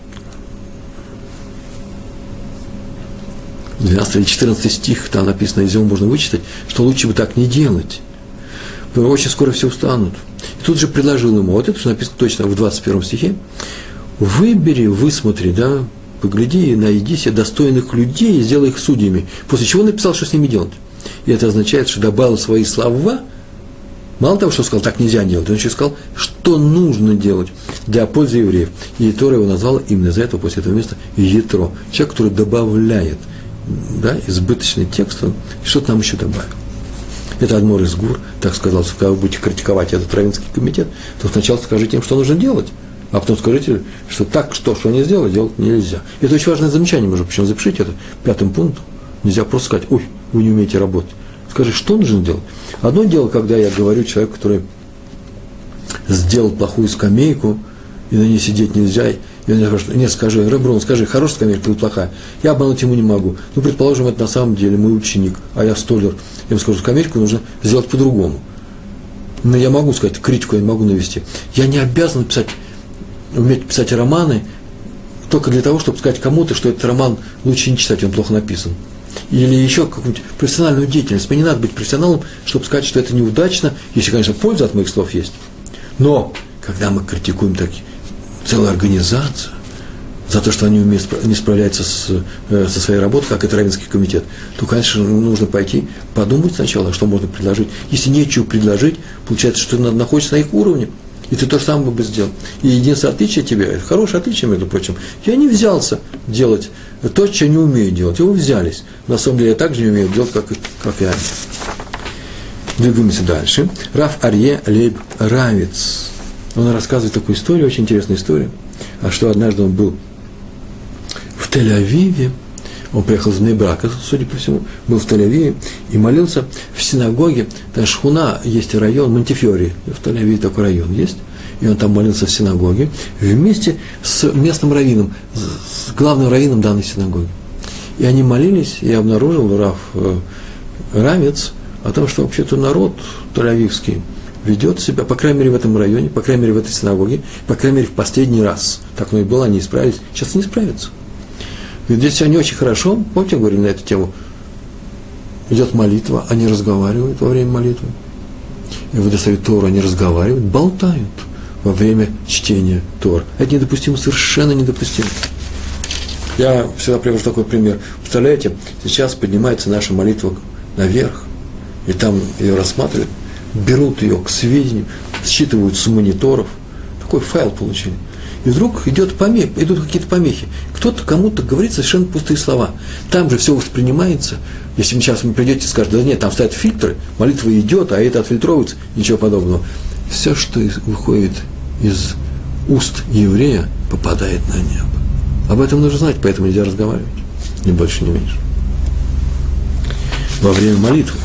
двенадцатый или четырнадцатый стих, там написано, из него можно вычитать, что лучше бы так не делать. Потому что очень скоро все устанут. И тут же предложил ему, вот это, что написано точно в двадцать первом стихе, выбери, высмотри, да, погляди, найди себе достойных людей и сделай их судьями. После чего он написал, что с ними делать. И это означает, что добавил свои слова, мало того, что сказал, так нельзя делать, он еще сказал, что нужно делать для пользы евреев. И Тора его назвала именно из-за этого, после этого места, Ятро. Человек, который добавляет, да, избыточный текст, он что-то нам еще добавил. Это Адмор из Гур, так сказал, что когда вы будете критиковать этот раввинский комитет, то сначала скажите им, что нужно делать, а потом скажите, что так, что, что они сделали, делать нельзя. Это очень важное замечание, можно причем запишите это пятым пунктом. Нельзя просто сказать, ой, вы не умеете работать. Скажи, что нужно делать. Одно дело, когда я говорю человеку, который сделал плохую скамейку, и на ней сидеть нельзя, и он мне спрашивает, нет, скажи, Реброн, скажи, хорошая скамейка или плохая? Я обмануть ему не могу. Ну, предположим, это на самом деле мой ученик, а я столер. Я ему скажу, скамейку нужно сделать по-другому. Но я могу сказать, критику я не могу навести. Я не обязан писать, уметь писать романы только для того, чтобы сказать кому-то, что этот роман лучше не читать, он плохо написан. Или еще какую-нибудь профессиональную деятельность. Мне не надо быть профессионалом, чтобы сказать, что это неудачно, если, конечно, польза от моих слов есть. Но, когда мы критикуем такие, целую организацию за то, что они не справляются с, со своей работой, как это раввинский комитет, то, конечно, нужно пойти подумать сначала, что можно предложить. Если нечего предложить, получается, что ты находишься на их уровне, и ты то же самое бы сделал. И единственное отличие тебя, это хорошее отличие, между прочим, я не взялся делать то, что не умею делать, его взялись. На самом деле я так же не умею делать, как, как и они. Двигаемся дальше. Рав Арье Лейб Равиц. Он рассказывает такую историю, очень интересную историю, а что однажды он был в Тель-Авиве, он приехал из Бней-Брака, судя по всему, был в Тель-Авиве и молился в синагоге, там шхуна, есть район, Монтифьори, в Тель-Авиве такой район есть, и он там молился в синагоге вместе с местным раввином, с главным раввином данной синагоги. И они молились, и обнаружил Рав Равец о том, что вообще-то народ тель-авивский ведет себя, по крайней мере, в этом районе, по крайней мере, в этой синагоге, по крайней мере, в последний раз. Так оно и было, они исправились, сейчас не справятся. И здесь они очень хорошо, помните, я говорил на эту тему, идет молитва, они разговаривают во время молитвы, и выдостают Тору, они разговаривают, болтают, во время чтения Тор. Это недопустимо, совершенно недопустимо. Я всегда привожу такой пример. Представляете, сейчас поднимается наша молитва наверх, и там ее рассматривают, берут ее к сведению, считывают с мониторов, такой файл получили. И вдруг идет помех, идут какие-то помехи. Кто-то кому-то говорит совершенно пустые слова. Там же все воспринимается. Если вы сейчас вы придете и скажете, да нет, там стоят фильтры, молитва идет, а это отфильтровывается, ничего подобного. Все, что выходит из уст еврея, попадает на небо. Об этом нужно знать, поэтому нельзя разговаривать. Ни больше, ни меньше. Во время молитвы.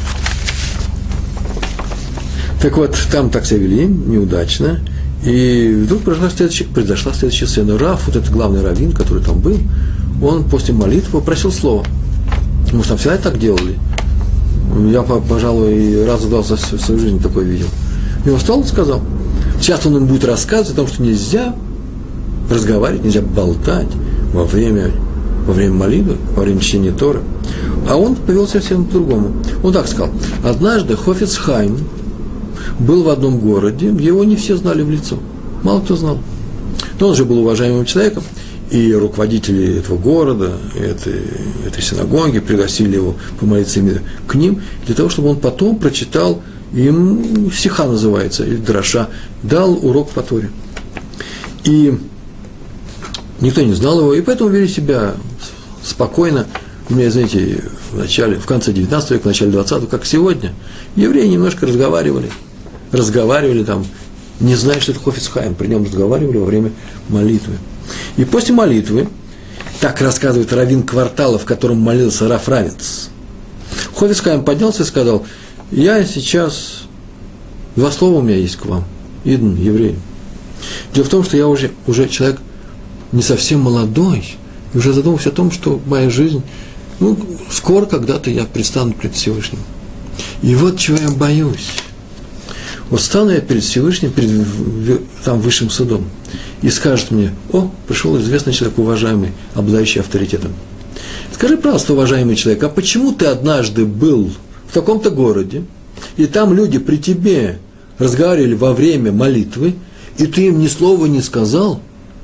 Так вот, там так себя вели, неудачно. И вдруг произошла следующая, произошла следующая сцена. Рав, вот этот главный раввин, который там был, он после молитвы попросил слова. Может, там всегда так делали? Я, пожалуй, раз-два за свою жизнь такое видел. И он встал и сказал. Сейчас он им будет рассказывать о том, что нельзя разговаривать, нельзя болтать во время, во время молитвы, во время чтения Торы. А он повел себя совсем по-другому. Он так сказал. Однажды Хафец Хаим был в одном городе, где его не все знали в лицо. Мало кто знал. Но он же был уважаемым человеком, и руководители этого города, этой, этой синагоги пригласили его помолиться именно к ним, для того, чтобы он потом прочитал им, сиха называется, или дроша, дал урок по Торе. И никто не знал его, и поэтому вели себя спокойно. У меня, знаете, в начале, в конце девятнадцатого века, в начале двадцатого, как сегодня, евреи немножко разговаривали, разговаривали там, не зная, что это Хафец Хаим, при нем разговаривали во время молитвы. И после молитвы, так рассказывает раввин квартала, в котором молился Рав Равец, Хафец Хаим поднялся и сказал: я сейчас, два слова у меня есть к вам, идн, евреи. Дело в том, что я уже, уже человек не совсем молодой, и уже задумался о том, что моя жизнь, ну, скоро когда-то я предстану перед Всевышним. И вот чего я боюсь. Вот стану я перед Всевышним, перед там высшим судом, и скажет мне: о, пришел известный человек, уважаемый, обладающий авторитетом. Скажи, пожалуйста, уважаемый человек, а почему ты однажды был в таком-то городе, и там люди при тебе разговаривали во время молитвы, и ты им ни слова не сказал,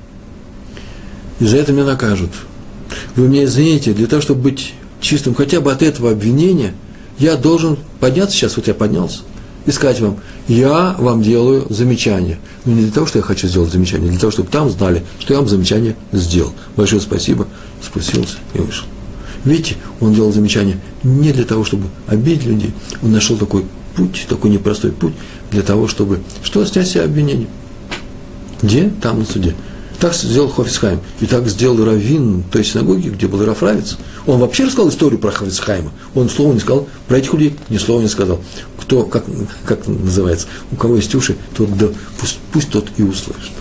и за это меня накажут. Вы меня извините, для того, чтобы быть чистым хотя бы от этого обвинения, я должен подняться сейчас, вот я поднялся, и сказать вам: я вам делаю замечание. Но не для того, что я хочу сделать замечание, а для того, чтобы там знали, что я вам замечание сделал. Большое спасибо, спустился и вышел. Видите, он делал замечание не для того, чтобы обидеть людей, он нашел такой путь, такой непростой путь, для того, чтобы что, снять с себя обвинение. Где? Там, на суде. Так сделал Хафец Хаим. И так сделал раввин той синагоги, где был Рав Равец. Он вообще рассказал историю про Хафец Хаима. Он слова не сказал, про этих людей ни слова не сказал. Кто, как, как называется, у кого есть уши, тот, да, пусть, пусть тот и услышит.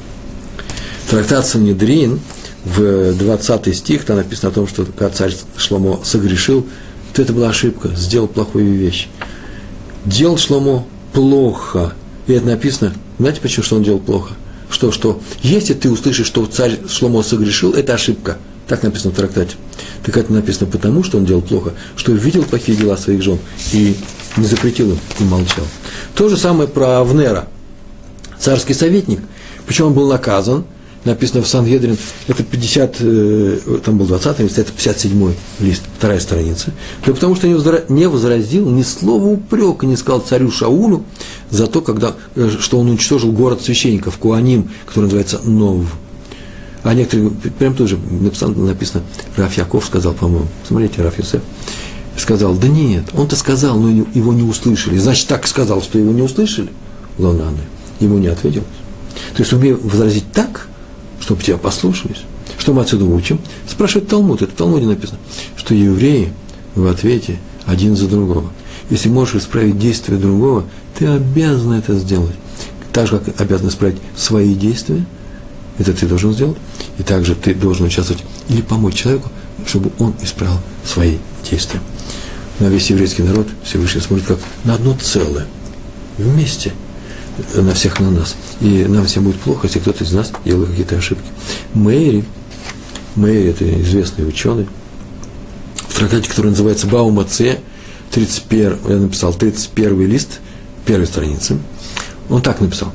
Трактат Санедрин, в двадцатый стих, там написано о том, что когда царь Шломо согрешил, то это была ошибка, сделал плохую вещь. Делал Шломо плохо. И это написано, знаете почему, что он делал плохо? Что, что, если ты услышишь, что царь Шломо согрешил, это ошибка. Так написано в трактате. Так это написано потому, что он делал плохо, что видел плохие дела своих жен и не запретил им, и молчал. То же самое про Авнера. Царский советник, причем он был наказан, написано в Сангедрин, это пятьдесят, там был двадцатый лист, это пятьдесят седьмой лист, вторая страница. Да потому что не возразил, ни слова упрека не сказал царю Шаулю за то, когда, что он уничтожил город священников, Куаним, который называется Нов. А некоторые, прям тоже написано, Рав Яков сказал, по-моему, смотрите, Рав Йосеф, сказал: да нет, он-то сказал, но его не услышали. Значит, так сказал, что его не услышали, Лонаны, ему не ответил. То есть, умею возразить так, чтобы тебя послушались. Что мы отсюда учим? Спрашивает Талмуд, это в Талмуде написано, что евреи в ответе один за другого. Если можешь исправить действие другого, ты обязан это сделать. Так же, как обязан исправить свои действия, это ты должен сделать, и также ты должен участвовать или помочь человеку, чтобы он исправил свои действия. На весь еврейский народ Всевышний смотрит как на одно целое, вместе, на всех, на нас. И нам всем будет плохо, если кто-то из нас делает какие-то ошибки. Мэйри, Мэйри – это известный ученый, в трактате, который называется Баума Це, тридцать первый, я написал тридцать первый лист, первой страницы, он так написал: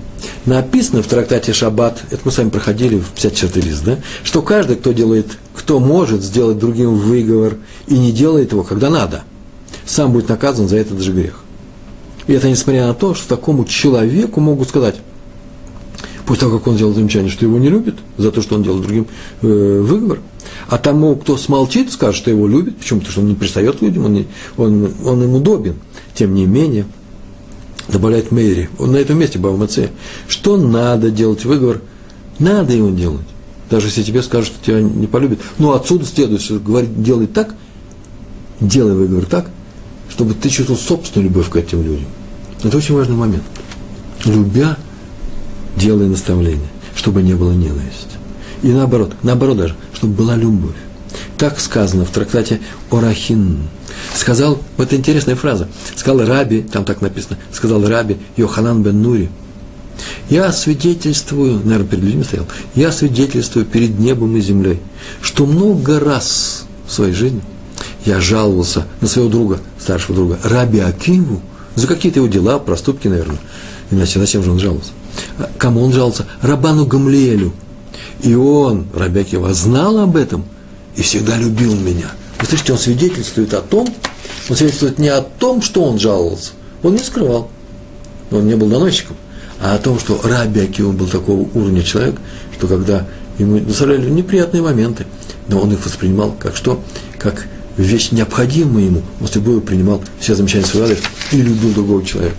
Написано в трактате Шаббат, это мы с вами проходили в пятьдесят четвёртый лист, да, что каждый, кто делает, кто может сделать другим выговор и не делает его, когда надо, сам будет наказан за этот же грех. И это несмотря на то, что такому человеку могут сказать, после того, как он сделал замечание, что его не любит за то, что он делал другим э, выговор, а тому, кто смолчит, скажет, что его любит, почему? Потому что он не пристает к людям, он, не, он, он им удобен. Тем не менее, добавляет Мейри, он на этом месте, Бава Меция, что надо делать выговор, надо его делать. Даже если тебе скажут, что тебя не полюбят. Но отсюда следует, что говорит, делай так, делай выговор так, чтобы ты чувствовал собственную любовь к этим людям. Это очень важный момент. Любя, делай наставление, чтобы не было ненависти. И наоборот, наоборот даже, чтобы была любовь. Так сказано в трактате Орахин. Сказал, вот интересная фраза, сказал Раби, там так написано, сказал Раби Йоханан бен Нури, я свидетельствую, наверное, перед людьми стоял, я свидетельствую перед небом и землей, что много раз в своей жизни я жаловался на своего друга, старшего друга, Раби Акиву, за какие-то его дела, проступки, наверное. Иначе зачем же он жаловался? Кому он жаловался? Рабану Гамлиэлю. И он, Раби Акива, знал об этом и всегда любил меня. Вы слышите, он свидетельствует о том, он свидетельствует не о том, что он жаловался, он не скрывал, он не был доносчиком, а о том, что Раби Акива был такого уровня человек, что когда ему доставляли неприятные моменты, но он их воспринимал как что? Как вещь необходимая ему, он с любовью принимал все замечания своего адрес и любил другого человека.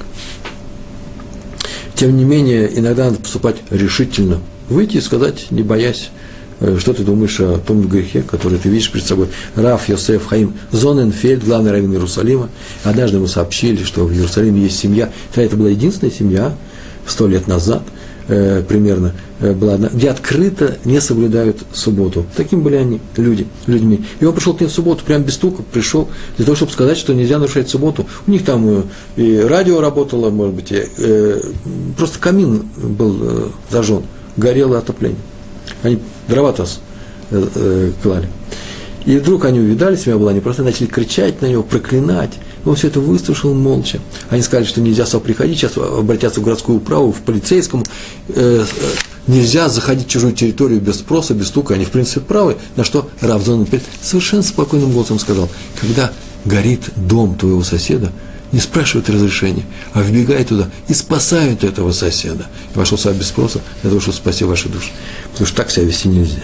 Тем не менее, иногда надо поступать решительно, выйти и сказать, не боясь, что ты думаешь о том грехе, который ты видишь перед собой. Рав Йосеф Хаим Зоненфельд, главный раввин Иерусалима, однажды ему сообщили, что в Иерусалиме есть семья, это была единственная семья, сто лет назад э, примерно, э, была одна, где открыто не соблюдают субботу. Таким были они, люди, людьми. И он пришел к ним в субботу, прям без стука пришел, для того, чтобы сказать, что нельзя нарушать субботу. У них там э, и радио работало, может быть, и, э, просто камин был э, зажжен, горело отопление. Они дрова-то э, э, клали. И вдруг они увидали, семья была, они просто начали кричать на него, проклинать. И он все это выслушал молча. Они сказали, что нельзя сюда приходить, сейчас обратятся в городскую управу, в полицейскому. Э, э, нельзя заходить в чужую территорию без спроса, без стука. Они, в принципе, правы. На что Рав Зоненфельд совершенно спокойным голосом сказал, когда горит дом твоего соседа, не спрашивают разрешения, а вбегают туда и спасают этого соседа. И вошел сюда без спроса для того, чтобы спасти ваши души. Потому что так себя вести нельзя.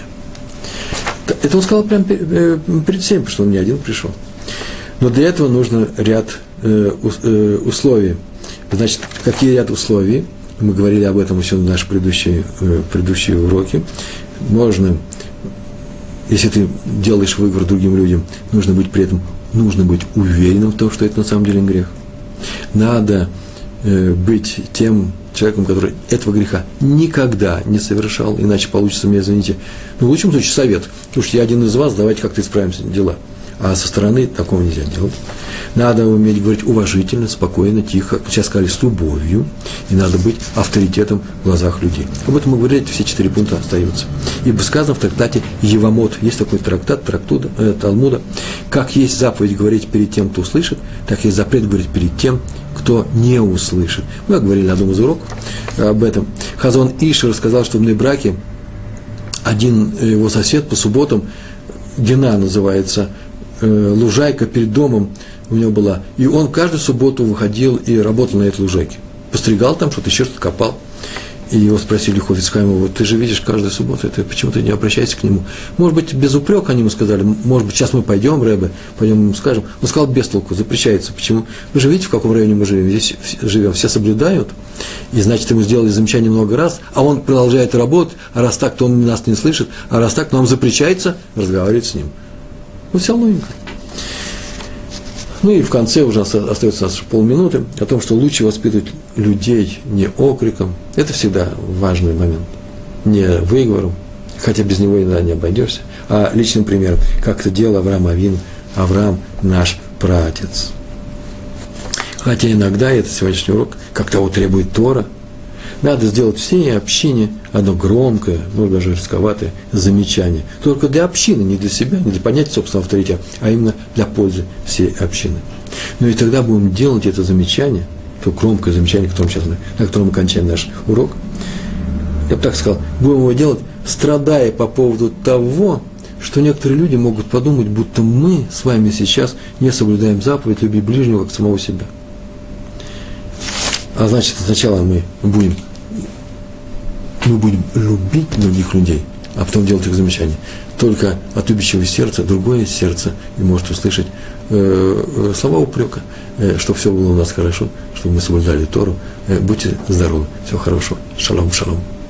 Это он сказал прямо перед всеми, потому что он не один пришел. Но для этого нужно ряд условий. Значит, какие ряд условий? Мы говорили об этом еще в наши предыдущие, предыдущие уроки. Можно, если ты делаешь выговор другим людям, нужно быть при этом, нужно быть уверенным в том, что это на самом деле грех. Надо быть тем человеком, который этого греха никогда не совершал, иначе получится, мне извините, ну, в лучшем случае совет, потому что я один из вас, давайте как-то исправим дела. А со стороны такого нельзя делать. Надо уметь говорить уважительно, спокойно, тихо, сейчас сказали, с любовью, и надо быть авторитетом в глазах людей. Об этом мы говорили, все четыре пункта остаются. Ибо сказано в трактате Евамот, есть такой трактат, трактуда, э, Талмуда, как есть заповедь говорить перед тем, кто услышит, так есть запрет говорить перед тем, кто не услышит. Мы говорили на одном из уроков об этом. Хазон Иш рассказал, что в Небраке один его сосед по субботам, Гена называется, э, лужайка перед домом у него была, и он каждую субботу выходил и работал на этой лужайке. Постригал там что-то, еще что-то копал. И его спросили Хофец Хаим, вот ты же видишь каждую субботу, ты почему ты не обращайся к нему? Может быть, без упрека они ему сказали, может быть, сейчас мы пойдем, Рэбе, пойдем ему скажем. Он сказал, без толку, запрещается. Почему? Вы же видите, в каком районе мы живем? Здесь живем, все соблюдают, и значит, ему сделали замечание много раз, а он продолжает работать, а раз так, то он нас не слышит, а раз так, то нам запрещается разговаривать с ним. Вот вся логика. Ну и в конце уже остается у нас полминуты о том, что лучше воспитывать людей не окриком. Это всегда важный момент. Не выговором, хотя без него иногда не обойдешься, а личным примером, как это делал Авраам Авин, Авраам наш праотец. Хотя иногда, это сегодняшний урок, как того требует Тора, надо сделать всей общине одно громкое, может даже рисковатое замечание. Только для общины, не для себя, не для поднятия собственного авторитета, а именно для пользы всей общины. Ну и тогда будем делать это замечание, то громкое замечание, которым сейчас мы, на котором мы кончаем наш урок, я бы так сказал, будем его делать, страдая по поводу того, что некоторые люди могут подумать, будто мы с вами сейчас не соблюдаем заповедь «люби ближнего как самого себя». А значит, сначала мы будем, мы будем любить других людей, а потом делать их замечания. Только от любящего сердца другое сердце и может услышать э, слова упрека, э, чтобы все было у нас хорошо, чтобы мы соблюдали Тору. Э, будьте здоровы, всего хорошего. Шалом, шалом.